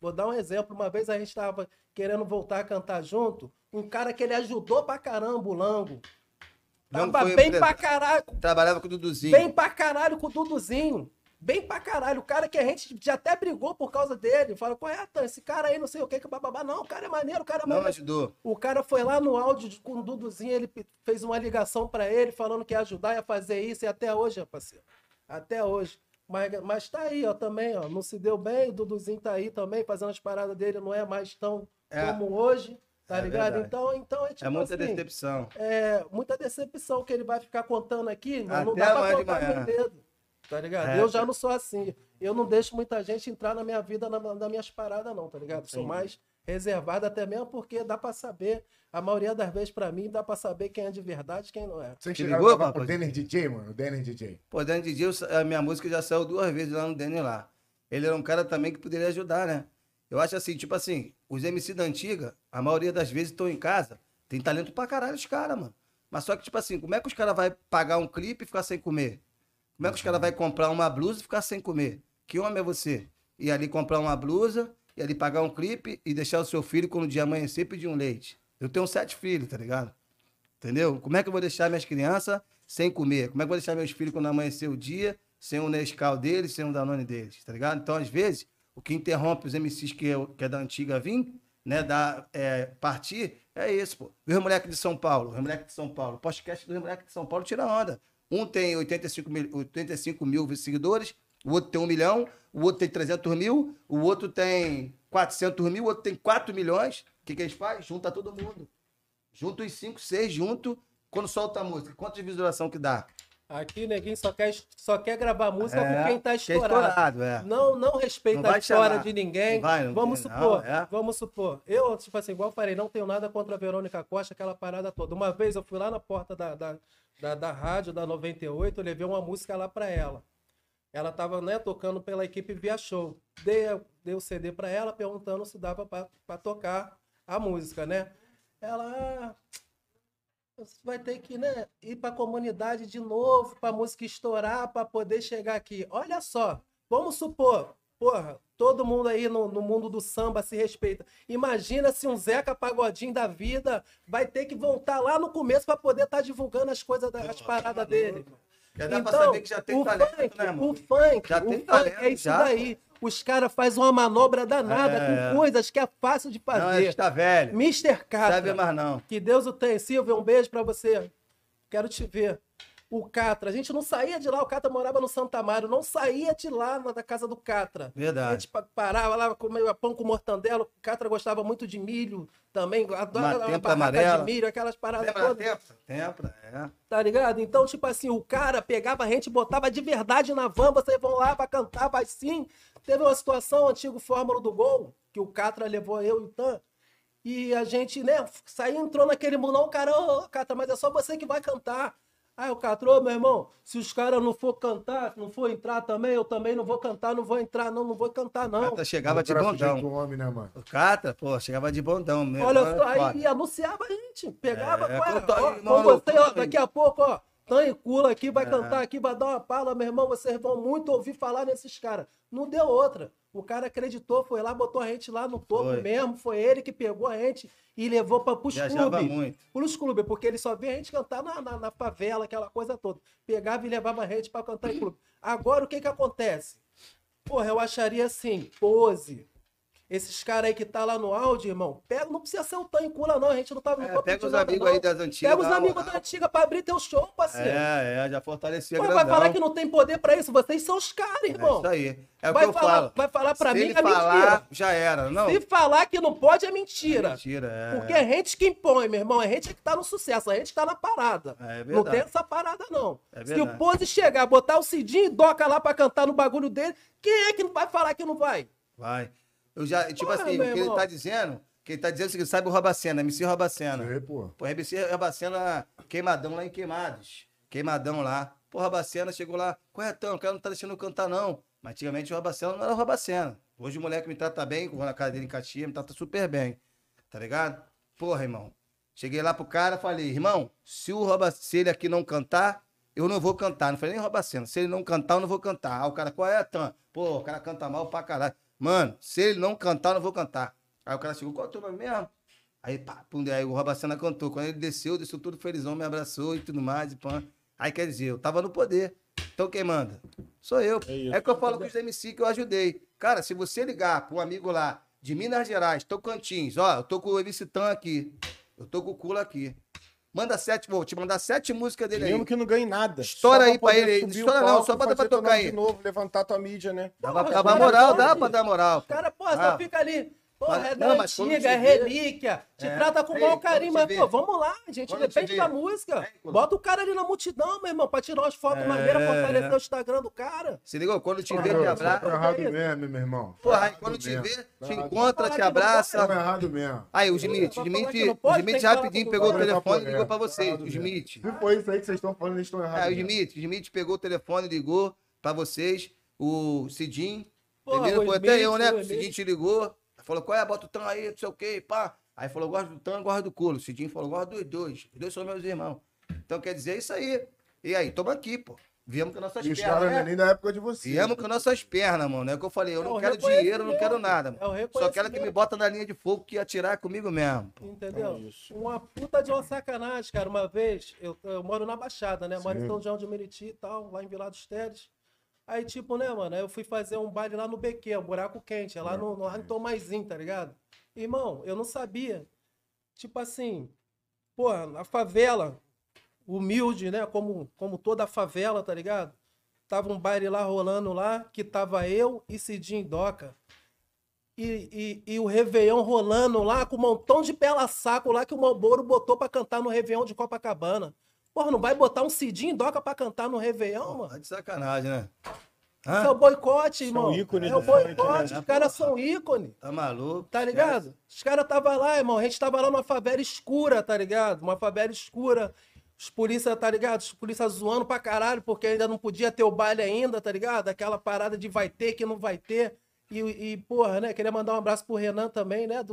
Vou dar um exemplo. Uma vez a gente tava querendo voltar a cantar junto, um cara que ele ajudou pra caramba o Lango. Lango Tava foi bem empresa- pra caralho, Trabalhava com o Duduzinho. bem pra caralho com o Duduzinho. Bem pra caralho. O cara que a gente já até brigou por causa dele. Fala, qual é, Tan? Esse cara aí não sei o que, bababá. Não, o cara é maneiro, o cara é Não maneiro. ajudou. O cara foi lá no áudio com o Duduzinho, ele fez uma ligação pra ele, falando que ia ajudar, ia fazer isso, e até hoje, parceiro. Até hoje. Mas tá aí, ó, também, ó. Não se deu bem, o Duduzinho tá aí também, fazendo as paradas dele, não é mais tão como hoje, tá É ligado? verdade. Então é tipo É muita assim, decepção. é muita decepção que ele vai ficar contando aqui, não Até dá pra amanhã de contar manhã. no dedo, tá ligado? É, Eu já não sou assim. Eu não deixo muita gente entrar na minha vida, nas minhas paradas, não, tá ligado? Sou mais reservado até mesmo porque dá pra saber, a maioria das vezes pra mim, dá pra saber quem é de verdade e quem não é. Você Te chegaram ligou, a gravar com o papai? Denner DJ, mano? O Denner DJ. Pô, Dani DJ, a minha música já saiu 2 vezes lá no Dani lá. Ele era um cara também que poderia ajudar, né? Eu acho assim, tipo assim, os MC da antiga, a maioria das vezes estão em casa, tem talento pra caralho os caras, mano. Mas só que, tipo assim, como é que os caras vão pagar um clipe e ficar sem comer? Como é que os caras vão comprar uma blusa e ficar sem comer? Que homem é você? Ir ali comprar uma blusa, ir ali pagar um clipe e deixar o seu filho, quando o dia amanhecer, pedir um leite. Eu tenho 7 filhos, tá ligado? Entendeu? Como é que eu vou deixar minhas crianças sem comer? Como é que eu vou deixar meus filhos quando amanhecer o dia, sem um Nescau deles, sem um Danone deles, tá ligado? Então, às vezes, o que interrompe os MCs que é da antiga vir, né, partir, é isso, pô. Os moleques de São Paulo, o podcast dos moleques de São Paulo tira onda. Um tem 85 mil seguidores, o outro tem 1 milhão, o outro tem 300 mil, o outro tem 400 mil, o outro tem 4 milhões. O que eles fazem? Junta todo mundo. Junta os 5, 6 junto, quando solta a música. Quantas visualização que dá? Aqui, neguinho, só quer gravar música É, com quem tá que é estourado. estourado, é. Não respeita Não vai a história chamar. de ninguém. Não vai, não vamos tem, supor, não, é. vamos supor. Eu, tipo assim, igual eu falei, não tenho nada contra a Verônica Costa, aquela parada toda. Uma vez eu fui lá na porta da rádio, da 98, eu levei uma música lá pra ela. Ela tava, né, tocando pela equipe Via Show. Dei o CD pra ela, perguntando se dava pra tocar a música, né? Ela... Você vai ter que, né, ir para a comunidade de novo, para a música estourar, para poder chegar aqui. Olha só, vamos supor, porra, todo mundo aí no mundo do samba se respeita. Imagina se um Zeca Pagodinho da vida vai ter que voltar lá no começo para poder estar divulgando as coisas, as paradas dele. Já dá pra saber que já tem talento, funk, né, mano? o funk, Já o tem funk talento, é isso já, daí. Os caras fazem uma manobra danada com coisas que é fácil de Não, a fazer. gente tá velho. Mr. Não Catra. sabe mais não. Que Deus o tenha. Silvio, um beijo pra você. Quero te ver. O Catra, a gente não saía de lá, o Catra morava no Santa Mário, não saía de lá da casa do Catra. Verdade. A gente parava lá, comia pão com mortandela, o Catra gostava muito de milho também, adora Uma tempra barraca amarela. de milho, aquelas paradas Lembra da todas. Tempra, é. Tá ligado? Então, tipo assim, o cara pegava a gente, botava de verdade na van, vocês vão lá pra cantar, vai sim. Teve uma situação, antigo Fórmula do Gol, que o Catra levou eu e o Tan, e a gente, né, saiu, entrou naquele mundão, cara, ô, Catra, mas é só você que vai cantar. Aí o Catra, ô, meu irmão, se os caras não for cantar, não for entrar também, eu também não vou cantar, não vou entrar, não vou cantar, O não. Catra chegava de Cara, sujeito bondão. homem, né, mano? O Catra, pô, chegava de bondão mesmo. Olha Olha só, foda. aí anunciava a gente, pegava, É, ó, eu tô aí, ó, irmão, com você, ó, loucura, daqui a pouco, ó, Tan e Cula aqui, vai cantar aqui, vai dar uma pala, meu irmão, vocês vão muito ouvir falar nesses caras. Não deu outra. O cara acreditou, foi lá, botou a gente lá no topo Foi. mesmo, foi ele que pegou a gente e levou pros Viajava clubes. muito. Pros clubes, porque ele só via a gente cantar na favela, aquela coisa toda. Pegava e levava a gente pra cantar em clube. Agora, o que que acontece? Porra, eu acharia assim, Pose, esses caras aí que tá lá no áudio, irmão, pega, não precisa ser o Tan e Cula, não, a gente não tá É, pega pedindo os nada, amigos não. aí das antigas. Pega os dá uma amigos da moral. antiga pra abrir teu show, parceiro. Já fortalecia Pô, grandão. vai falar que não tem poder pra isso, vocês são os caras, É irmão. isso aí. É o vai que eu falar, falo. vai falar pra Se mim ele que é falar, mentira. já era. Não, Se falar que não pode, é mentira. mentira, é. Porque é a gente que impõe, meu irmão. É a gente que tá no sucesso, a gente que tá na parada. É verdade. Não tem essa parada, não. É Se verdade. o Pose chegar, botar o Cidinho e Doca lá pra cantar no bagulho dele, quem é que não vai falar que não vai? Vai. Eu já, tipo Porra, assim, o meu que ele irmão. tá dizendo, é o seguinte, sabe o Robacena, MC Robacena. É, pô. Pô, MC Robacena, queimadão lá em Queimados. Queimadão lá. Pô, Robacena chegou lá, corretão, o cara não tá deixando eu cantar, não. Mas antigamente o Robacena não era o Robacena. Hoje o moleque me trata bem, vou na casa dele em Caxias, me trata super bem. Tá ligado? Porra, irmão. Cheguei lá pro cara, falei, irmão, se ele aqui não cantar, eu não vou cantar. Não falei nem Robacena. Se ele não cantar, eu não vou cantar. Ah, o cara, qual é, Tan? Pô, o cara canta mal pra caralho. mano, se ele não cantar, eu não vou cantar. Aí o cara chegou, qual é o teu nome mesmo? Aí, pá, pum, aí o Robacena cantou. Quando ele desceu todo felizão, me abraçou e tudo mais, e pã. Aí, quer dizer, eu tava no poder. Então quem manda? Sou eu. É que eu falo com os MC que eu ajudei. Cara, se você ligar pra um amigo lá de Minas Gerais, Tocantins, ó, eu tô com o MC Tan aqui, eu tô com o Kula aqui. Manda 7, vou te mandar 7 músicas dele aí. Mesmo que não ganhe nada. Estoura Só aí pra pra poder ele. subir Estoura o não, palco, só bota pra fazer teu tocar nome aí. de novo, levantar tua mídia, né? Dá Porra, pra os dar caras moral, gostam, dá pra dar moral. Os caras, pô, só fica ali. Porra, Mas- é da não, mas quando antiga, te é vê- relíquia. Te É. trata com o Ei, maior quando carinho, te mas, vê- pô, vamos lá, gente. quando te Depende vê- da música. Ei, Kula. Bota o cara ali na multidão, meu irmão, pra tirar umas fotos maneiras, fortalecer o Instagram do cara. Se ligou? Quando te Ô, vê, te Deus, abraça. Tô errado mesmo, meu irmão. Porra, aí Errado quando te mesmo. vê, te Errado. encontra, te Falar que não abraça. Tô errado mesmo. Aí, o Smith, Vai falar que não pode, tem que rapidinho falar pegou o com o telefone e Tá ligou pra errado vocês. O mesmo. Smith. Se for isso aí que vocês estão falando, eles estão errados. O Smith pegou o telefone, ligou pra vocês. O Cidinho. Porra, Primeiro o foi até Smith, eu, né? o O Cidinho te ligou. Falou, qual é? Bota o Tan aí, não sei o quê, pá. Aí falou, gosto do Tan, gosto do Culo. O Cidinho falou, gosto dos dois. Os dois são meus irmãos. Então quer dizer, é isso aí. E aí, toma aqui, pô. Viemos com nossas E os pernas. caras não é né? nem da época de vocês. Viemos com nossas pernas, mano. É o que eu falei. Eu É não o quero dinheiro, não quero reconhecimento. nada, É o mano. Só quero que me reconhecimento. bota na linha de fogo que atirar é comigo mesmo. Pô. Entendeu? É isso. Uma puta de uma sacanagem, cara. Uma vez, eu moro na Baixada, né? Moro em Sim. São João de Meriti e tal, lá em Vila dos Teles. Aí, tipo, né, mano? Aí eu fui fazer um baile lá no BQ, o Buraco Quente, é lá no lá em Tomaizinho, tá ligado? Irmão, eu não sabia. Tipo assim, pô, a favela, humilde, né? Como toda a favela, tá ligado? Tava um baile lá rolando lá, que tava eu e Cidinho Doca. E o Réveillon rolando lá com um montão de pela-saco lá que o Malboro botou pra cantar no Réveillon de Copacabana. Porra, não vai botar um Cidinho Doca pra cantar no Réveillon, mano? Tá de sacanagem, né? Isso é Hã? o boicote, irmão. ícones É o do funk, boicote, né? os caras são ícone. Tá maluco? Tá ligado? Os caras tava lá, irmão. A gente tava lá numa favela escura, tá ligado? Uma favela escura. Os polícia, tá ligado? Os polícia zoando pra caralho, porque ainda não podia ter o baile ainda, tá ligado? Aquela parada de vai ter, que não vai ter. Porra, né? Queria mandar um abraço pro Renan também, né?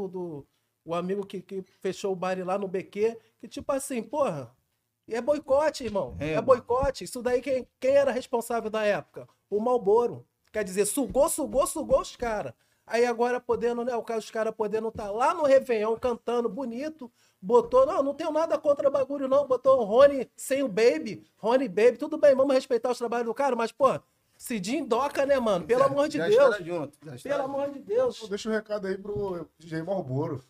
O amigo que fechou o baile lá no BQ. Que tipo assim, porra. E é boicote, irmão. É, É, mano. boicote. Isso daí, quem era responsável da época? O Malboro. Quer dizer, sugou os caras. Aí agora podendo, né? Os caras podendo estar lá no Réveillon cantando bonito. Botou, não tenho nada contra bagulho, não. Botou o Rony sem o Baby. Rony Baby, tudo bem, vamos respeitar os trabalhos do cara, mas, pô, Cidinho Doca, né, mano? Pelo amor de Já Deus. estará junto, já estará Pelo amor de Deus. Deixa um recado aí pro DJ Malboro.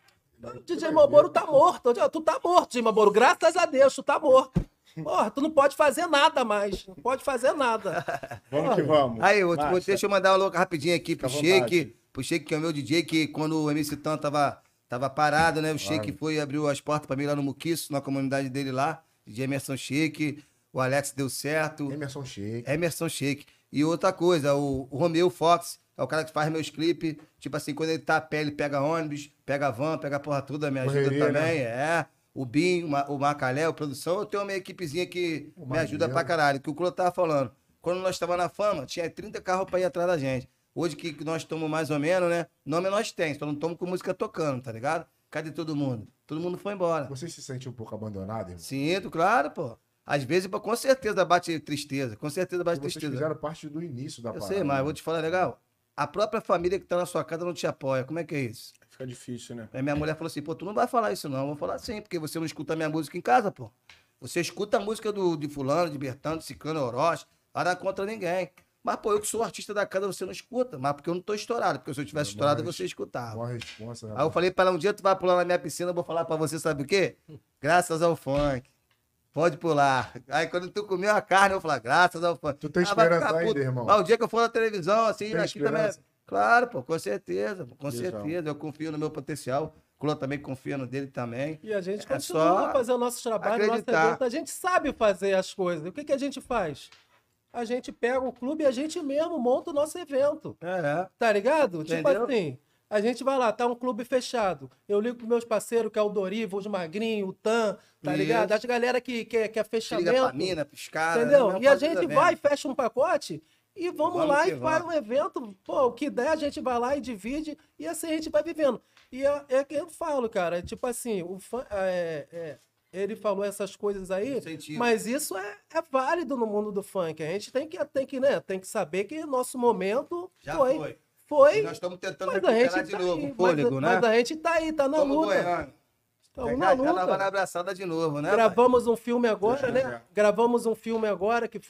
O DJ Malboro tá morto. Tu tá morto, DJ Malboro. Graças a Deus, tu tá morto. Porra, tu não pode fazer nada mais. Não pode fazer nada. Vamos que vamos. Aí, Basta. deixa eu mandar uma louca rapidinho aqui pro Fica à vontade. Sheik. Pro Sheik, que é o meu DJ, que quando o MC Tan tava parado, né? O Sheik foi e abriu as portas pra mim lá no Muquiço, na comunidade dele lá. DJ Emerson Sheik. O Alex deu certo. Emerson Sheik. Emerson Sheik. E outra coisa, o Romeu Fox é o cara que faz meus clipes. Tipo assim, quando ele tá a pé, ele pega ônibus, pega van, pega a porra toda, me ajuda Correria, também. né? É. O Bim, o Macalé, o produção. Eu tenho uma equipezinha que me ajuda pra caralho. Que o Clô tava falando. Quando nós tava na fama, tinha 30 carros pra ir atrás da gente. Hoje que nós estamos mais ou menos, né? Nome nós tem, só não estamos com música tocando, tá ligado? Cadê todo mundo? Todo mundo foi embora. Você se sente um pouco abandonado, irmão? Sinto, claro, pô. Às vezes, pô, com certeza bate tristeza. Com certeza bate Vocês tristeza. fizeram parte do início da Eu parada. sei, mas eu vou te falar legal. A própria família que tá na sua casa não te apoia. Como é que é isso? Fica difícil, né? Aí minha mulher falou assim, pô, tu não vai falar isso não. Eu vou falar sim, porque você não escuta a minha música em casa, pô. Você escuta a música de fulano, de Bertano, de Ciclano, Orochi, nada contra ninguém. Mas, pô, eu que sou artista da casa, você não escuta. Mas porque eu não tô estourado. Porque se eu tivesse estourado, você escutava. Boa resposta, né? Aí eu falei pra ela, um dia tu vai pular na minha piscina, eu vou falar pra você, sabe o quê? Graças ao funk. Pode pular. Aí quando tu comeu a carne, eu vou falar, graças ao funk. Tu tem Ah, vai esperança ficar ainda, puto. irmão? Mas o dia que eu for na televisão, assim, Tem aqui também. esperança? Claro, pô, com certeza, pô, com Visão. certeza. Eu confio no meu potencial. O Clô também confia no dele também. E a gente É continua só fazendo nosso trabalho, nosso acreditar. evento. A gente sabe fazer as coisas. O que a gente faz? A gente pega o clube e a gente mesmo monta o nosso evento. É. Tá ligado? Tipo Entendeu? assim, a gente vai lá, tá um clube fechado. Eu ligo pros meus parceiros, que é o Dorival, os Magrinhos, o Tan, tá Isso. ligado? As galera que quer Se liga fechamento. pra mina, pros caras. Entendeu? né? E a Faz os gente eventos. vai, fecha um pacote e vamos lá que e faz vamos. um evento. Pô, o que der, a gente vai lá e divide e assim a gente vai vivendo. E é que eu falo, cara, tipo assim, o fã, ele falou essas coisas aí, Incentivo. mas isso é válido no mundo do funk. A gente tem que, né, tem que saber que nosso momento Já foi. foi. Foi. E nós estamos tentando Mas a gente recuperar de tá novo aí, o fôlego, né? Mas a gente tá aí, tá na Estamos luta. boiando. Estamos Já na já ela vai na luta. abraçada de novo, né? pai? Gravamos um filme agora, Deus né? Gravamos um filme agora que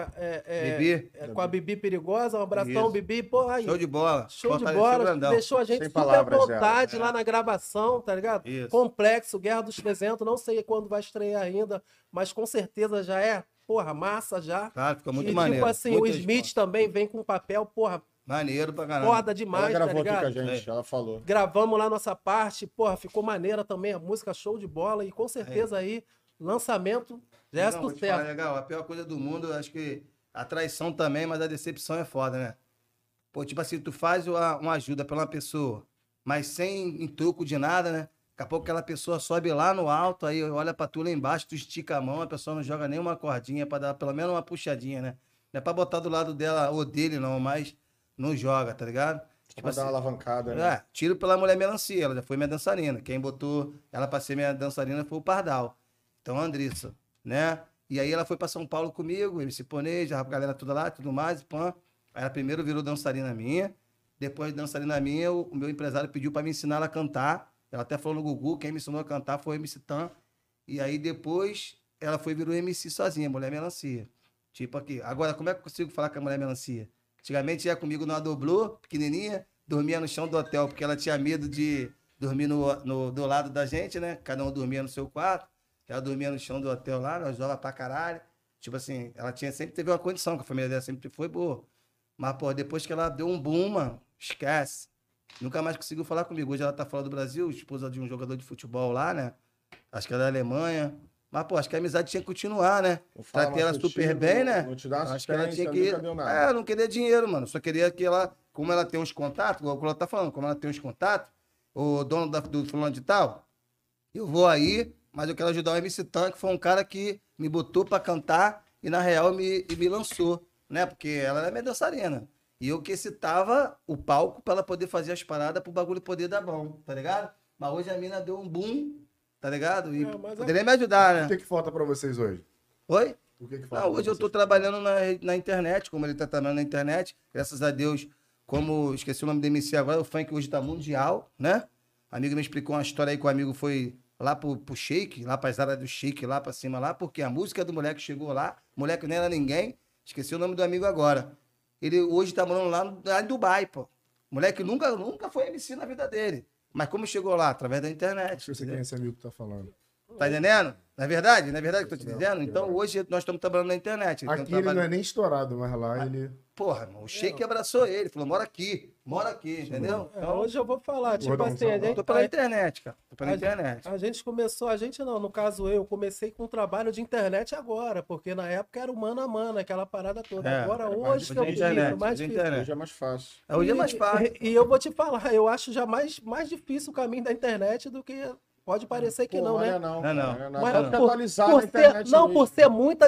Bibi? com a Bibi Perigosa. Um abração, Isso. Bibi. Pô, aí. Show de bola. Show de Fortaleceu o bola, Grandão. deixou a gente Sem super à palavras, vontade ela. lá na gravação, tá ligado? Isso. Complexo, Guerra dos 300, não sei quando vai estrear ainda, mas com certeza já é, porra, massa já. Claro, ficou muito E maneiro. tipo assim, Muito o Smith também vem com um papel, porra, Maneiro pra caramba. foda Ela demais, tá gravou aqui com a ligado? gente, ela falou. Gravamos lá nossa parte, porra, ficou maneira também, a música show de bola e com certeza aí, lançamento já é Não, vou te falar, sucesso. legal. A pior coisa do mundo, eu acho que a traição também, mas a decepção é foda, né? Pô, tipo assim, tu faz uma ajuda pra uma pessoa, mas sem em troco de nada, né? Daqui a pouco aquela pessoa sobe lá no alto, aí olha pra tu lá embaixo, tu estica a mão, a pessoa não joga nenhuma cordinha pra dar pelo menos uma puxadinha, né? Não é pra botar do lado dela ou dele, não, mas não joga, tá ligado? Tipo Pra dar uma alavancada, né? é, tiro pela mulher melancia, ela já foi minha dançarina. Quem botou ela pra ser minha dançarina foi o Pardal. Então, a Andressa, né? E aí ela foi pra São Paulo comigo, MC Ponês, a galera toda lá, tudo mais, e pã. Aí ela primeiro virou dançarina minha, depois de dançarina minha, o meu empresário pediu pra me ensinar ela a cantar. Ela até falou no Gugu, quem me ensinou a cantar foi o MC Tan. E aí depois ela foi virou MC sozinha, mulher melancia. Tipo aqui. Agora, como é que eu consigo falar com a mulher melancia? Antigamente ia comigo numa doblô, pequenininha, dormia no chão do hotel, porque ela tinha medo de dormir do lado da gente, né? Cada um dormia no seu quarto. Ela dormia no chão do hotel lá, nós jogava pra caralho. Tipo assim, ela sempre teve uma condição, que a família dela sempre foi boa. Mas, pô, depois que ela deu um boom, mano, esquece. Nunca mais conseguiu falar comigo. Hoje ela tá fora do Brasil, esposa de um jogador de futebol lá, né? Acho que ela é da Alemanha. Mas, pô, acho que a amizade tinha que continuar, né? Não fala Tratei ela mais super contigo, bem, né? não te dá Acho que ela tinha assistência, que. nunca deu nada. É, eu não queria dinheiro, mano. Só queria que ela, como ela tem uns contatos, igual ela tá falando, como ela tem uns contatos, o dono do fulano de tal, eu vou aí, mas eu quero ajudar o MC Tan, que foi um cara que me botou pra cantar e, na real, me lançou, né? Porque ela é minha dançarina. E eu que excitava o palco pra ela poder fazer as paradas pro bagulho poder dar bom, tá ligado? Mas hoje a mina deu um boom, tá ligado? E mas poderia me ajudar, O né? que falta pra vocês hoje? Oi? O que falta Não, pra hoje eu tô vocês? trabalhando na internet, como ele tá trabalhando na internet. Graças a Deus, como esqueci o nome do MC agora, o funk hoje tá mundial, né? O amigo me explicou uma história aí que o amigo foi lá pro Shake, lá pras áreas do Shake, lá pra cima lá, porque a música do moleque chegou lá, o moleque nem era ninguém, esqueci o nome do amigo agora. Ele hoje tá morando lá em Dubai, pô. O moleque nunca foi MC na vida dele. Mas como chegou lá? Através da internet. Deixa eu ver quem é esse amigo que tá falando. Tá entendendo? Não é verdade? Não é verdade que eu tô te dizendo? Então hoje nós estamos trabalhando na internet. Ele tem um Aqui ele trabalho- não é nem estourado, mas lá ele... Porra, irmão, o Sheik abraçou ele, falou, mora aqui, entendeu? É, Então, hoje eu vou falar, tipo Gordão, assim, a São gente, tô pela internet, cara. Tô pela internet. a gente começou, a gente não, no caso eu comecei com um trabalho de internet agora, porque na época era o mano a mano, aquela parada toda. É, Agora era mais hoje que eu difícil, vi, internet, mais hoje é difícil. internet. Hoje é mais fácil. Hoje é mais fácil. E eu vou te falar, eu acho já mais difícil o caminho da internet do que pode parecer que Pô, não, né? Não, Não, não. cara, Mas Tá por- atualizado por na internet. não, hoje. por ser muita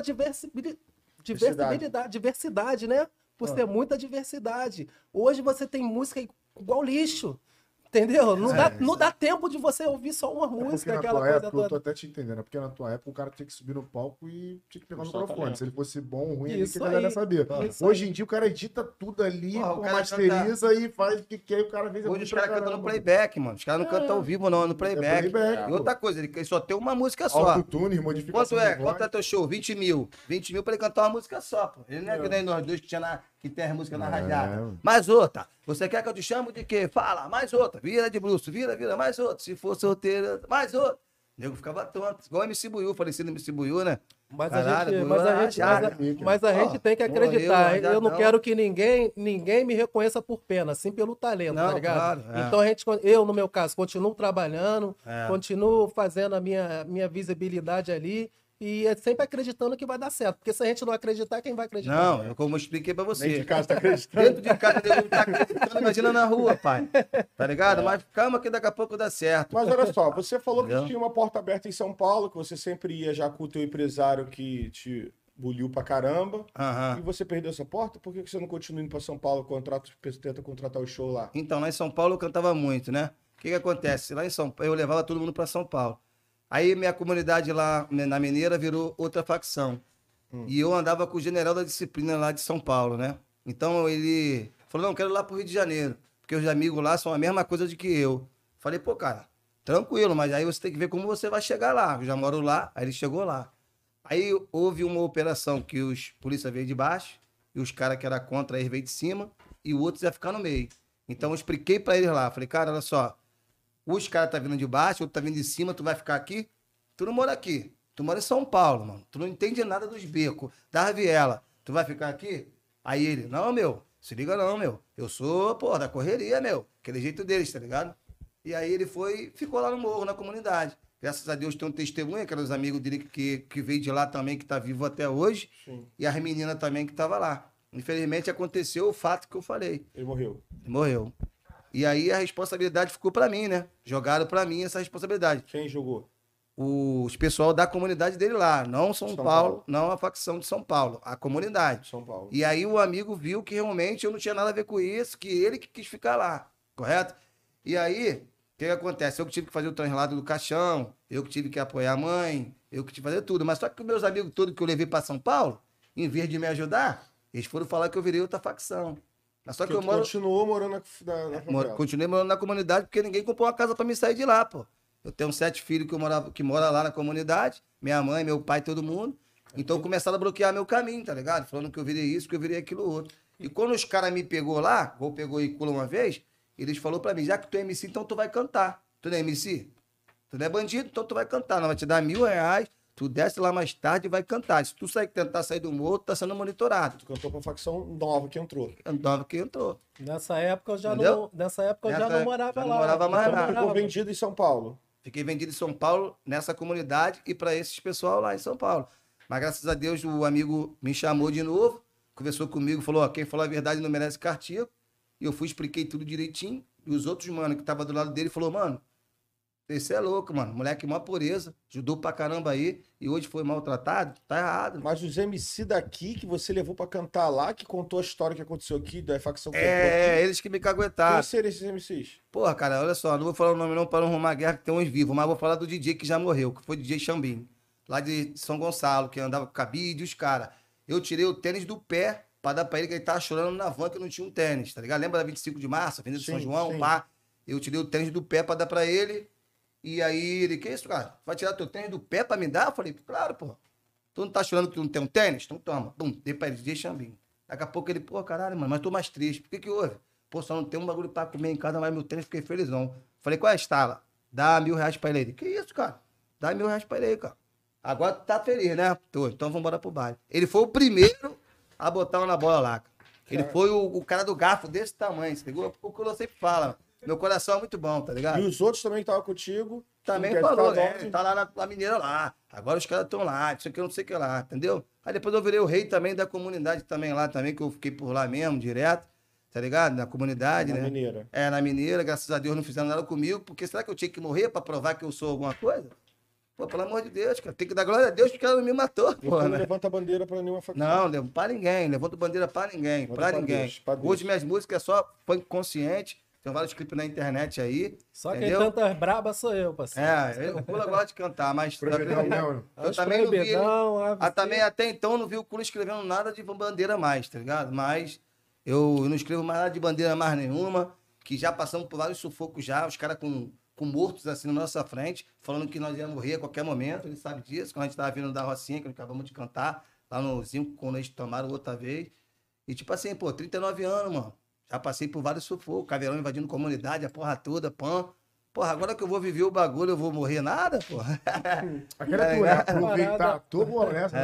Diversidade. diversidade, né? Por ser muita diversidade. Hoje você tem música igual lixo. Entendeu? Não dá tempo de você ouvir só uma É porque música, na aquela tua coisa época, eu tô toda. até te entendendo, é porque na tua época o cara tinha que subir no palco e tinha que pegar o Mostrar microfone. talento. Se ele fosse bom ou ruim, ali Isso que a galera aí. sabia. Isso Hoje em dia o cara edita tudo ali, Porra, o pô, cara masteriza e faz o que quer e o cara vê. Hoje os caras cantam no playback, mano. Os caras não cantam ao vivo, não, no playback. playback, E outra coisa, ele só tem uma música só. Autotune, modificação Quanto é? de voz. Quanto é teu show? 20 mil. 20 mil pra ele cantar uma música só, pô. Ele não é que nem nós dois que tem as músicas na radiada. mano. Mais outra. Você quer que eu te chamo de quê? Fala, mais outra. Vira de bruxo, vira, mais outra. Se for solteira, mais outra. O nego ficava tonto. Igual o MC Buiú, falecido MC Buiú, né? Mas Caralho, a gente, Buiú mas a era gente, rajada. mas a Ó, gente tem que morreu, acreditar. Eu não rajadão. quero que ninguém me reconheça por pena, sim pelo talento, Não, tá ligado? claro, é. Então eu, no meu caso, continuo trabalhando, É. continuo fazendo a minha visibilidade ali e é sempre acreditando que vai dar certo. Porque se a gente não acreditar, quem vai acreditar? Não, eu como eu expliquei pra Nem você. de casa tá acreditando. Dentro de casa, nego tá acreditando, imagina na rua, pai. Tá ligado? Mas calma que daqui a pouco dá certo. Mas olha só, você falou que Entendeu? tinha uma porta aberta em São Paulo, que você sempre ia já com o teu empresário que te buliu pra caramba. E Aham. você perdeu essa porta? Por que você não continua indo pra São Paulo, tenta contratar o show lá? Então, lá em São Paulo eu cantava muito, né? O que que acontece? Lá em São Paulo, eu levava todo mundo pra São Paulo. Aí minha comunidade lá na Mineira virou outra facção. E eu andava com o general da disciplina lá de São Paulo, né? Então ele Falou, não, quero ir lá pro Rio de Janeiro, porque os amigos lá são a mesma coisa de que eu. Falei, pô, cara, tranquilo, mas aí você tem que ver como você vai chegar lá. Eu já moro lá, aí ele chegou lá. Aí houve uma operação que os polícia veio de baixo, e os caras que eram contra eles veio de cima, e o outro ia ficar no meio. Então eu expliquei pra eles lá, falei, cara, olha só, os caras tá vindo de baixo, o outro tá vindo de cima, tu vai ficar aqui? Tu não mora aqui, tu mora em São Paulo, mano. Tu não entende nada dos becos, da viela. Tu vai ficar aqui? Aí ele, não, meu, se liga não, meu. Eu sou, pô, da correria, meu. Aquele jeito deles, tá ligado? E aí ele foi, ficou lá no morro, na comunidade. Graças a Deus tem um testemunho, que eram os amigos dele que veio de lá também, que tá vivo até hoje. Sim. E as meninas também que tava lá. Infelizmente aconteceu o fato que eu falei. Ele morreu. Ele morreu. E aí a responsabilidade ficou pra mim, né? Jogaram pra mim essa responsabilidade. Quem jogou? Os pessoal da comunidade dele lá, não São Paulo, não a facção de São Paulo, a comunidade. São Paulo. E aí o amigo viu que realmente eu não tinha nada a ver com isso, que ele que quis ficar lá, correto? E aí, o que acontece? Eu que tive que fazer o translado do caixão, eu que tive que apoiar a mãe, eu que tive que fazer tudo. Mas só que os meus amigos todos que eu levei para São Paulo, em vez de me ajudar, eles foram falar que eu virei outra facção. Mas só que eu moro... Continuou morando na favela. Continuei morando na comunidade porque ninguém comprou uma casa para me sair de lá, pô. Eu tenho 7 filhos que moram lá na comunidade, minha mãe, meu pai, todo mundo. Então começaram a bloquear meu caminho, tá ligado? Falando que eu virei isso, que eu virei aquilo outro. E quando os caras me pegou lá, ou pegou e Cula uma vez, eles falaram pra mim, já que tu é MC, então tu vai cantar. Tu não é MC? Tu não é bandido, então tu vai cantar. Nós vai te dar R$1.000, tu desce lá mais tarde e vai cantar. Se tu tentar sair do morro, tu tá sendo monitorado. Tu cantou pra facção nova que entrou. Nova que entrou. Nessa época eu já Entendeu? não morava já não lá. morava mais Já lá. Ficou vendido em São Paulo. Fiquei vendido em São Paulo, nessa comunidade, e para esses pessoal lá em São Paulo. Mas graças a Deus o amigo me chamou de novo, conversou comigo, falou, ó, quem falou a verdade não merece castigo. E eu fui, expliquei tudo direitinho. E os outros, mano, que tava do lado dele, falou, mano, esse é louco, mano. Moleque, mó pureza, ajudou pra caramba aí, e hoje foi maltratado, tá errado. Mas os MC daqui que você levou pra cantar lá, que contou a história que aconteceu aqui, da facção que entrou É, aqui. eles que me Quem caguetaram. seriam esses MCs? Porra, cara, olha só, não vou falar o nome não para não arrumar guerra, que tem uns vivos, mas vou falar do DJ que já morreu, que foi o DJ Xambim, lá de São Gonçalo, que andava com cabide e os caras. Eu tirei o tênis do pé pra dar pra ele, que ele tava chorando na van que não tinha um tênis, tá ligado? Lembra da 25 de março, Avenida de São Sim, João, sim. pá? Eu tirei o tênis do pé pra dar pra ele, e aí ele, que isso, cara? Vai tirar teu tênis do pé pra me dar? Eu falei, claro, pô. Tu não tá chorando que tu não tem um tênis? Então toma. Bum, dei pra ele, DJ Xambim. Daqui a pouco ele, pô, caralho, mano, mas tô mais triste. Por que que houve? Pô, só não tem um bagulho pra comer em casa, mas meu tênis, fiquei felizão. Falei, qual é a estala? Dá R$1.000 pra ele. Ele, que isso, cara? Dá R$1.000 pra ele aí, cara. Agora tu tá feliz, né? Tô, então vamos embora pro baile. Ele foi o primeiro a botar uma na bola lá, cara. Ele foi o cara do garfo desse tamanho, você ligou? O que eu sempre falo. Meu coração é muito bom, tá ligado? E os outros também que estavam contigo. Também não quer falou, ficar né? nome. Ele tá lá na mineira lá. Agora os caras estão lá, isso aqui eu não sei o que lá, entendeu? Aí depois eu virei o rei também da comunidade também lá também, que eu fiquei por lá mesmo, direto, tá ligado? Na comunidade, Na né? Mineira. É, na mineira, graças a Deus não fizeram nada comigo, porque será que eu tinha que morrer pra provar que eu sou alguma coisa? Pô, pelo amor de Deus, cara, tem que dar glória a Deus porque ela não me matou, Você pô, não né? levanta a bandeira pra nenhuma facção. Não, levo pra ninguém, levanto bandeira pra ninguém, Levanta pra pra ninguém. Deus, pra Deus. Hoje minhas músicas é só funk consciente, tem vários clipes na internet aí, Só entendeu? quem canta braba sou eu, parceiro. O Cula gosta de cantar, mas Proibidão mesmo. eu Os também não vi ele. proibidão, Também até então não vi o Cula escrevendo nada de bandeira mais, tá ligado? Mas eu não escrevo mais nada de bandeira mais nenhuma, que já passamos por vários sufocos já, os caras com mortos assim na nossa frente, falando que nós íamos morrer a qualquer momento, ele sabe disso, quando a gente tava vindo da Rocinha, que nós acabamos de cantar, lá no Zinco, quando eles tomaram outra vez. E tipo assim, pô, 39 anos, mano. Já passei por vários sufocos, caveirão invadindo comunidade, a porra toda, pã. Porra, agora que eu vou viver o bagulho, eu vou morrer nada, porra. Aquela tu é aproveitar, tô boa nessa,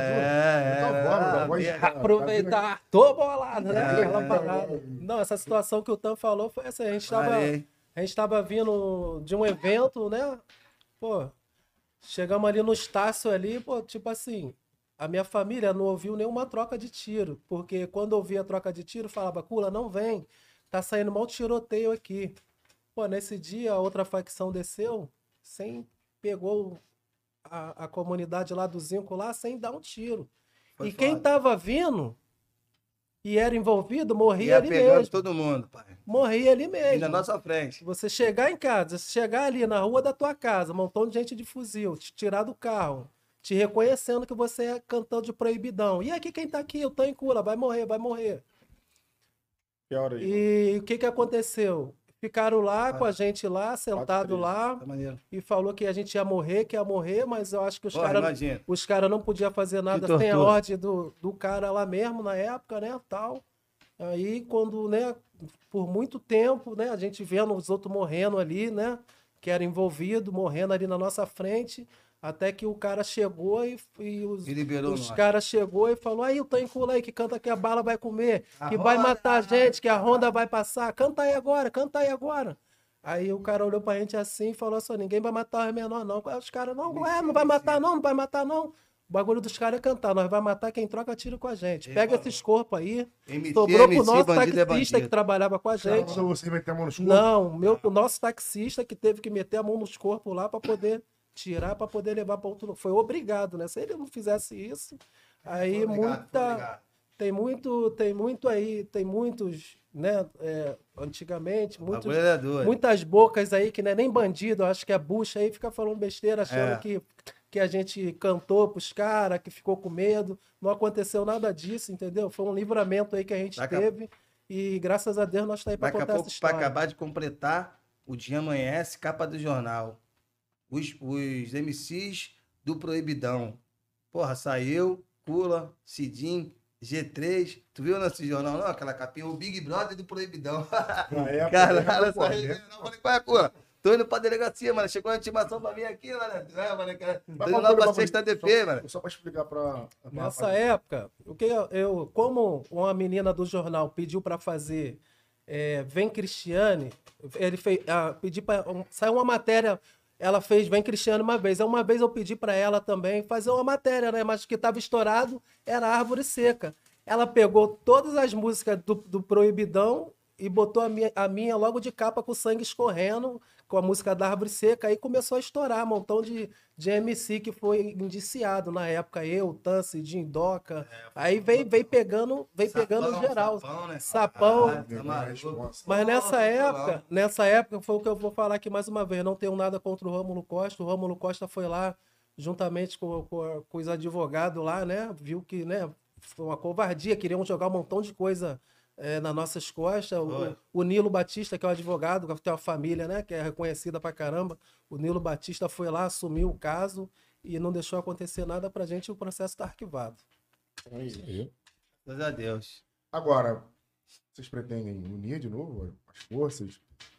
Aproveitar, tô bolado, né? Aquela parada. Não, essa situação que o Tam falou foi essa. A gente tava vindo de um evento, né? Pô, chegamos ali no Estácio ali, pô, tipo assim, a minha família não ouviu nenhuma troca de tiro, porque quando ouvia a troca de tiro, falava, Cula, não vem, tá saindo mal tiroteio aqui. Pô, nesse dia, a outra facção desceu, pegou a comunidade lá do Zinco lá, sem dar um tiro. Foi e quem foda. tava vindo e era envolvido, morria Ia ali pegando mesmo. todo mundo, pai. Morria ali E mesmo. na nossa frente. Você chegar em casa, chegar ali na rua da tua casa, um montão de gente de fuzil, te tirar do carro, te reconhecendo que você é cantando de proibidão. E aqui quem tá aqui? Eu tô em Cula, vai morrer, vai morrer. Pior aí. E o que que aconteceu? Ficaram lá com a gente lá, sentado preso. lá, Tá maneiro. e falou que a gente ia morrer, que ia morrer, mas eu acho que Porra, imagina. os cara não podiam fazer nada Que sem a tortura. ordem do cara lá mesmo, na época, né, tal. Aí, quando, né, por muito tempo, né, a gente vendo os outros morrendo ali, né, que era envolvido, morrendo ali na nossa frente, até que o cara chegou e E liberou os nós. caras chegou e falou, aí o Tancula aí que canta que a bala vai comer, A que vai roda matar a gente, que a Honda vai passar, canta aí agora, canta aí agora. Aí o cara olhou pra gente assim e falou assim, ninguém vai matar os menores não. Aí os caras, não vai matar não, não vai matar não. O bagulho dos caras é cantar, nós vai matar quem troca tiro com a gente. Pega esses corpos aí, MC, sobrou pro MC, nosso bandido é taxista que bandido. trabalhava com a gente. Não, você meter a mão nos corpos? Não, o nosso taxista que teve que meter a mão nos corpos lá pra poder tirar, pra poder levar pra outro lugar. Foi obrigado, né? Se ele não fizesse isso, aí Foi obrigado. tem muito aí, tem muitos, né? Antigamente, muitos, Bagulho é doido. muitas bocas aí que não é nem bandido, acho que é bucha aí, fica falando besteira, achando É. que a gente cantou pros caras, que ficou com medo. Não aconteceu nada disso, entendeu? Foi um livramento aí que a gente Daqui a- teve. E graças a Deus nós tá aí pra Daqui a contar pouco, essa para história. acabar de completar, o dia amanhece, capa do jornal. Os MCs do Proibidão. Porra, saiu, Cula, Cidinho, G3. Tu viu nesse jornal, não? Aquela capinha, o Big Brother do Proibidão. Na época, Caralho, pô, saiu. né? Eu falei, qual é, Cula? Tô indo pra delegacia, mano. Chegou a intimação pra mim aqui, mano. Mano, cara. Tô indo lá pra sexta DP, mano. Só pra explicar pra Nessa época, o que como uma menina do jornal pediu para fazer Vem Cristiane, ele fez, pedi para saiu uma matéria, ela fez Vem Cristiane uma vez. Aí uma vez eu pedi para ela também fazer uma matéria, né? Mas o que estava estourado era Árvore Seca. Ela pegou todas as músicas do Proibidão e botou a minha logo de capa com o sangue escorrendo, com a música da Árvore Seca, aí começou a estourar, um montão de MC que foi indiciado na época, eu, Tansi, Dindoca, aí veio pegando geral. Sapão, né? Sapão. Ah, tá maluco. Mas Nossa, nessa época foi o que eu vou falar aqui mais uma vez, não tenho nada contra o Rômulo Costa foi lá, juntamente com os advogados lá, né, viu que, né, foi uma covardia, queriam jogar um montão de coisa nas nossas costas. O Nilo Batista, que é o advogado, que tem uma família, né, que é reconhecida pra caramba, o Nilo Batista foi lá, assumiu o caso e não deixou acontecer nada pra gente e o processo tá arquivado. Graças a Deus. Agora, vocês pretendem unir de novo as forças?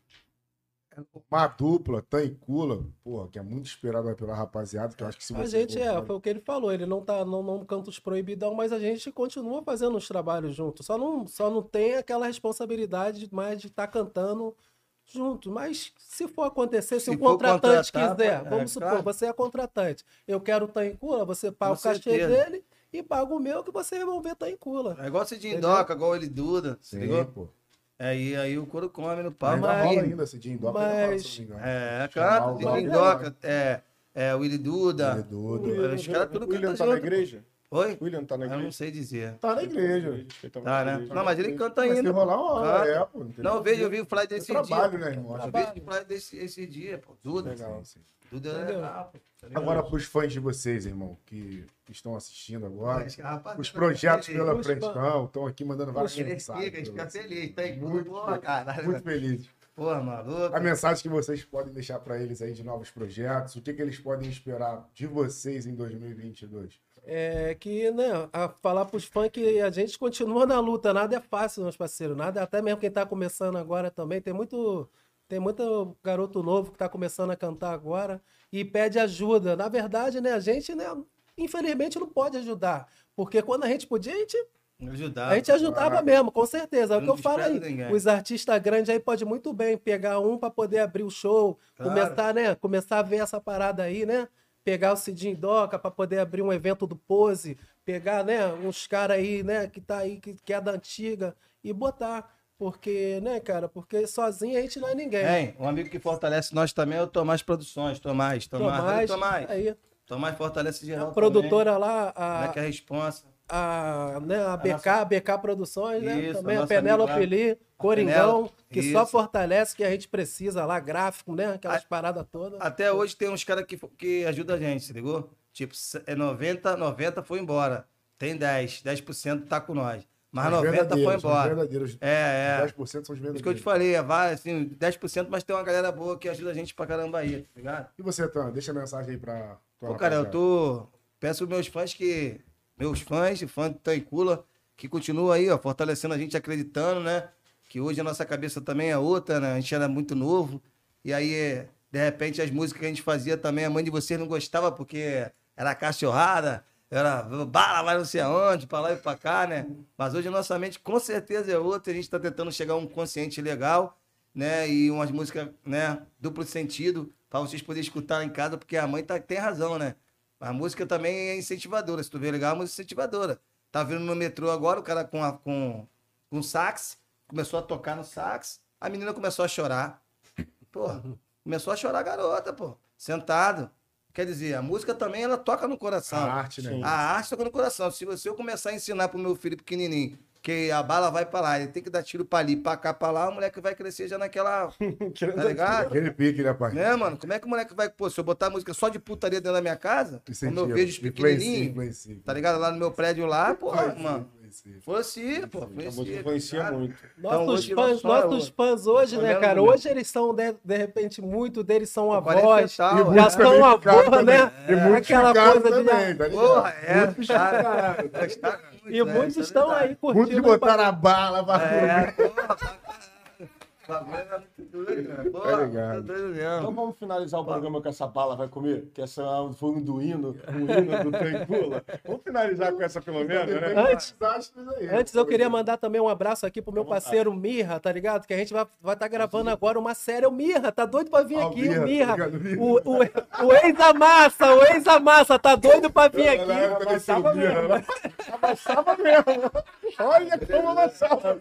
Uma dupla, Tan e Cula, porra, que é muito esperado pela rapaziada, que eu acho que se A vocês gente voltarem- foi o que ele falou, ele não canta os proibidão, mas a gente continua fazendo os trabalhos juntos. Só não tem aquela responsabilidade mais de estar cantando junto. Mas se for acontecer, se Se o for contratante contratar, quiser, é, vamos supor, claro. você é contratante, eu quero o em Cula, você paga Com o cachê certeza. dele e paga o meu que você vai ver em Cula. É igual Cidinho Entendeu? Doca, igual ele Duda. Sim, Ligou? pô. Aí o couro come no pau. Ainda mas- rola ainda esse Jim Doca, ainda rola, mas- se eu não me engano. É, Chamar cara, o Cidinho Doca. Doca, Willy Duda. Willy Duda. Os caras tudo William cantam tá na junto. igreja? Oi? William tá na Eu não igreja? sei dizer. Tá na igreja. Ele tava Tá, na né? igreja. Não, mas ele canta Mas se ainda. rolar, ó, Canta. pô. tem Não, que- eu vi o fly desse É trabalho, dia. né, irmão? Eu vi o fly esse dia, pô. Duda. Legal, sim. Duda é Entendeu? legal, pô. Tá ligado? Agora, pros fãs de vocês, irmão, que estão assistindo agora, Acho que a rapaziada os fica projetos feliz. pela Os frente fãs- estão aqui mandando várias Eles mensagens. ficam, a gente pra fica vocês. feliz. Tá em Muito, porra, caralho. Muito feliz. Porra, maluco. A mensagem que vocês podem deixar para eles aí de novos projetos, o que eles podem esperar de vocês em 2022? É que, né, falar pros fãs que a gente continua na luta, nada é fácil, meus parceiros, nada, até mesmo quem tá começando agora também, tem muito garoto novo que tá começando a cantar agora e pede ajuda. Na verdade, né, a gente, né, infelizmente não pode ajudar, porque quando a gente podia, a gente ajudava claro. mesmo, com certeza. É o Eu que eu não falo aí. espero ninguém. Os artistas grandes aí podem muito bem pegar um para poder abrir o show, Claro. começar a ver essa parada aí, né? Pegar o Cidinho Doca para poder abrir um evento do Pose, pegar, né, uns caras aí, né, que tá aí, que é da antiga, e botar. Porque, né, cara, porque sozinho a gente não é ninguém. Hein, um amigo que fortalece nós também é o Tomás Produções. Tomás. Valeu, Tomás. Aí, Tomás fortalece geral a produtora lá, Também. Que é a responsa. a BK Produções, né? Isso, Também a a nossa Penélope amiga lá. ali, Coringão, Penélope, que só isso. fortalece o que a gente precisa lá, gráfico, né? Aquelas paradas todas. Até hoje tem uns caras que ajudam a gente, se ligou? Tipo, 90 foi embora. Tem 10% tá com nós. Mas Os 90 foi verdadeiros, os embora. verdadeiros. É, é. 10% são os verdadeiros. Isso que eu te falei, vai, assim, 10%, mas tem uma galera boa que ajuda a gente pra caramba aí, tá ligado? E você, Tan? Deixa a mensagem aí pra tua Pô, cara, eu rapaziada. peço meus fãs que. Meus fãs, fã do Tancula, que continuam aí, ó, fortalecendo a gente, acreditando, né? Que hoje a nossa cabeça também é outra, né? A gente era muito novo. E aí, de repente, as músicas que a gente fazia também, a mãe de vocês não gostava porque era cachorrada, era bala, vai não sei aonde, pra lá e pra cá, né? Mas hoje a nossa mente com certeza é outra, a gente tá tentando chegar a um consciente legal, né? E umas músicas, né? Duplo sentido, pra vocês poderem escutar lá em casa, porque a mãe tem razão, né? A música também é incentivadora, se tu ver legal, a música é incentivadora. Tá vindo no metrô agora, o cara com sax, começou a tocar no sax, a menina começou a chorar. Pô, começou a chorar a garota, pô, sentado. Quer dizer, a música também, ela toca no coração. A arte, né? Sim. A arte toca no coração. Se eu começar a ensinar pro meu filho pequenininho que a bala vai pra lá, ele tem que dar tiro pra ali, pra cá, pra lá, o moleque vai crescer já naquela... Tá ligado? Aquele pique, né, pai? Né, mano? Como é que o moleque vai... Pô, se eu botar música só de putaria dentro da minha casa, como eu vejo os pequenininhos, Influencia. tá ligado? Lá no meu prédio lá, pô, mano. Influencia. Foi assim, pô. A música Foi influencia assim, muito. Então, Nossos hoje fãs, nós só- nossos fãs hoje, Tá né, vendo, cara? meu? Hoje eles são, de repente, muito deles são avós. 40 e tal, Já é. são avós, também. né? E muitos Aquela ficaram coisa de... também, tá ligado? Porra, é. Muitos Cara, ficaram. gostaram muito, E né? muitos Isso é estão verdade. aí curtindo. Muitos botaram a bala pra É, porra, pra caralho. O bagulho é muito doido, né? Porra, ligado. muito doido Então mesmo. vamos finalizar o programa com essa bala vai comer? Que essa foi um do hino do Tancula. Vamos finalizar com essa pelo menos, né? Antes eu queria mandar também um abraço aqui pro meu parceiro Mirra, tá ligado? Que a gente vai estar gravando agora uma série. O Mirra, tá doido pra vir Ah, o aqui, Mirra, o Mirra. tá ligado? O ex-amassa, tá doido pra vir aqui. Abaixava mesmo. Abaixava mesmo. Olha como abaixava.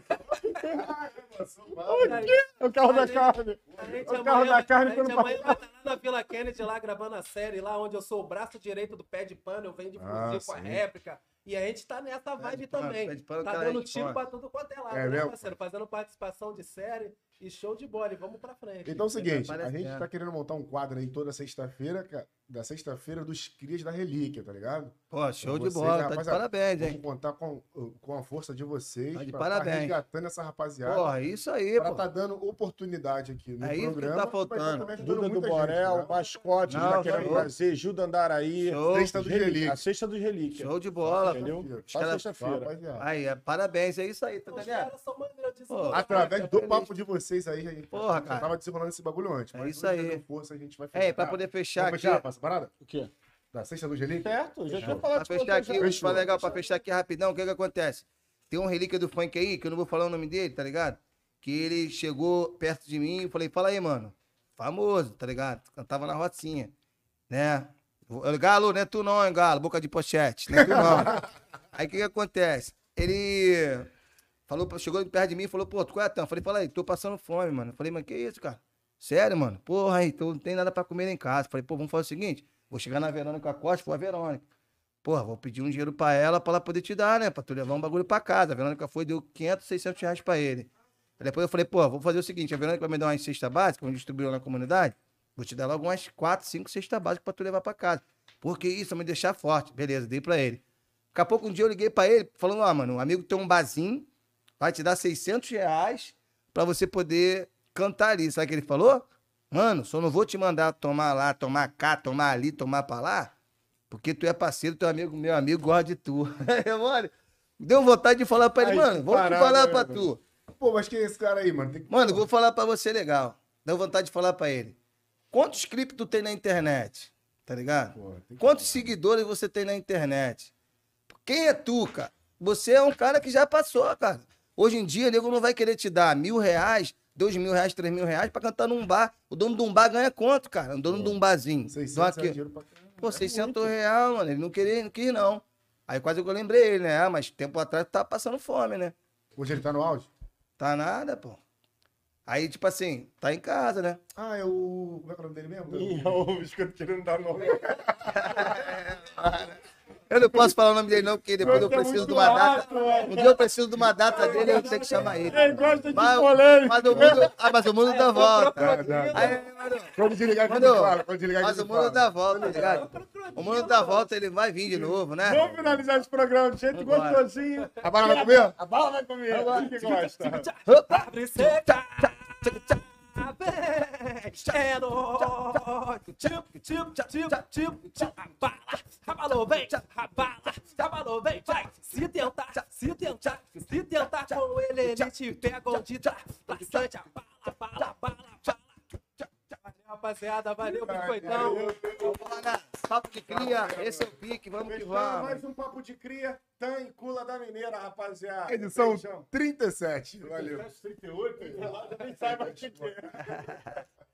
É o carro da carne. O carro da carne quando amanhã vai estar lá na Vila Kennedy, lá gravando a série, lá onde eu sou o braço direito do pé de pano, eu venho de fuzil com a sim. réplica. E a gente tá nessa vibe também. pé de pano, Tá cara, dando a gente tiro fala. pra tudo quanto é lado, É né, mesmo? parceiro? Fazendo participação de série e show de bola. E vamos pra frente. Então é o seguinte, a Parecendo. gente tá querendo montar um quadro aí toda sexta-feira, cara, da sexta-feira dos Crias da Relíquia, tá ligado? Pô, show de Vocês, bola, tá de rapaziada, parabéns, hein? Vamos contar com a força de vocês Tá de pra parabéns. resgatando essa rapaziada. Porra, isso aí, Pra pô. tá dando oportunidade aqui no É isso que programa. tá e vai faltando. também ajudando Duda do muita gente, Borel, né? mascote, Não, já querendo show. trazer, Gil do Andaraí. Show. Sexta dos Relíquias. A sexta dos relíquias. Show de bola, Entendeu? Os Só caras- sexta-feira. Rapaziada. Aí, parabéns, é isso aí, tá Os entendendo? caras são maneiros de Pô, desenrolar. Através Tá do feliz. papo de vocês aí, a gente Porra, já cara. tava desenrolando esse bagulho antes. É Mas isso hoje, aí. dando força, a gente vai fechar. É, pra poder fechar Vamos aqui. fechar essa parada? O quê? Da Sexta dos Relíquias? Certo, já tinha Pra falado fechar você aqui, já. vou te falar Fechou. legal, pra fechar aqui rapidão, o que que acontece? Tem um relíquia do funk aí, que eu não vou falar o nome dele, tá ligado? Que ele chegou perto de mim e falei, fala aí, mano. Famoso, tá ligado? Cantava na rocinha, né? Galo, não é tu não, hein, Galo, boca de pochete, não é tu não. Aí o que que acontece? Ele falou, chegou perto de mim e falou, pô, tu qual é, Tão? Falei, fala aí, tô passando fome, mano. Falei, mas que isso, cara? Sério, mano? Porra, aí, então não tem nada pra comer em casa. Falei, pô, vamos fazer o seguinte, vou chegar na Verônica Costa, foi a Verônica. Porra, vou pedir um dinheiro pra ela poder te dar, né? Pra tu levar um bagulho pra casa. A Verônica foi, deu 500, 600 reais pra ele. Aí depois eu falei, pô, vou fazer o seguinte, a Verônica vai me dar uma cesta básica, vamos distribuir lá na comunidade, vou te dar logo umas 4, 5 cestas básicas pra tu levar pra casa. Porque isso, vai me deixar forte. Beleza, dei pra ele. Daqui a pouco um dia eu liguei pra ele, falando, mano, um amigo tem um barzinho, vai te dar 600 reais pra você poder cantar ali. Sabe o que ele falou? Mano, só não vou te mandar tomar lá, tomar cá, tomar ali, tomar pra lá, porque tu é parceiro, teu amigo, meu amigo gosta de tu. Mano, deu vontade de falar pra ele, Ai, mano, que vou te parada, falar né, pra mano? tu. Pô, mas quem é esse cara aí, mano? Tem que... Mano, eu vou falar pra você legal. Deu vontade de falar pra ele. Quantos clipes tu tem na internet? Tá ligado? Pô, tem que Quantos seguidores você tem na internet? Quem é tu, cara? Você é um cara que já passou, cara. Hoje em dia, nego não vai querer te dar R$1.000, R$2.000, R$3.000 pra cantar num bar. O dono de um bar ganha quanto, cara? O dono de um barzinho. 600 Então, é aqui, dinheiro pra caramba. pô, 600 reais, mano. Ele não queria, não quis, não. Aí quase que eu lembrei ele, né? Ah, mas tempo atrás tu tava passando fome, né? Hoje ele tá no áudio? Tá nada, pô. Aí, tipo assim, tá em casa, né? Ah, é o... Como é que é o nome dele mesmo? Ih, o biscoito querendo dar nome. Eu não posso falar o nome dele, não, porque depois eu preciso de uma data. Um dia eu preciso de uma data dele, eu tenho que chamar ele. Ele gosta de Mas, polêmica. mas o mundo dá volta. Aí, mano, Quando desligar, que Mano, eu falo. Quando desligar, mas que o eu mundo falo. dá volta, tá ligado? O mundo dá volta, ele vai vir de novo, né? Vamos finalizar esse programa de jeito Vambora. gostosinho. A bala vai comer? A bala vai comer. Quem que gosta? Abre seca. É nóis. Rabalou, vem. Rabalou, vem. Vai. Se tentar com ele te pega onde tá. Bastante a bala. Valeu, rapaziada. Valeu, biscoitão. Bora, papo de cria, esse é o pique, vamos que vamos. Mais um Papo de Cria, Tan e Cula da Mineira, rapaziada. Edição Beijão. 37. Valeu. 38, nem saiba o que é.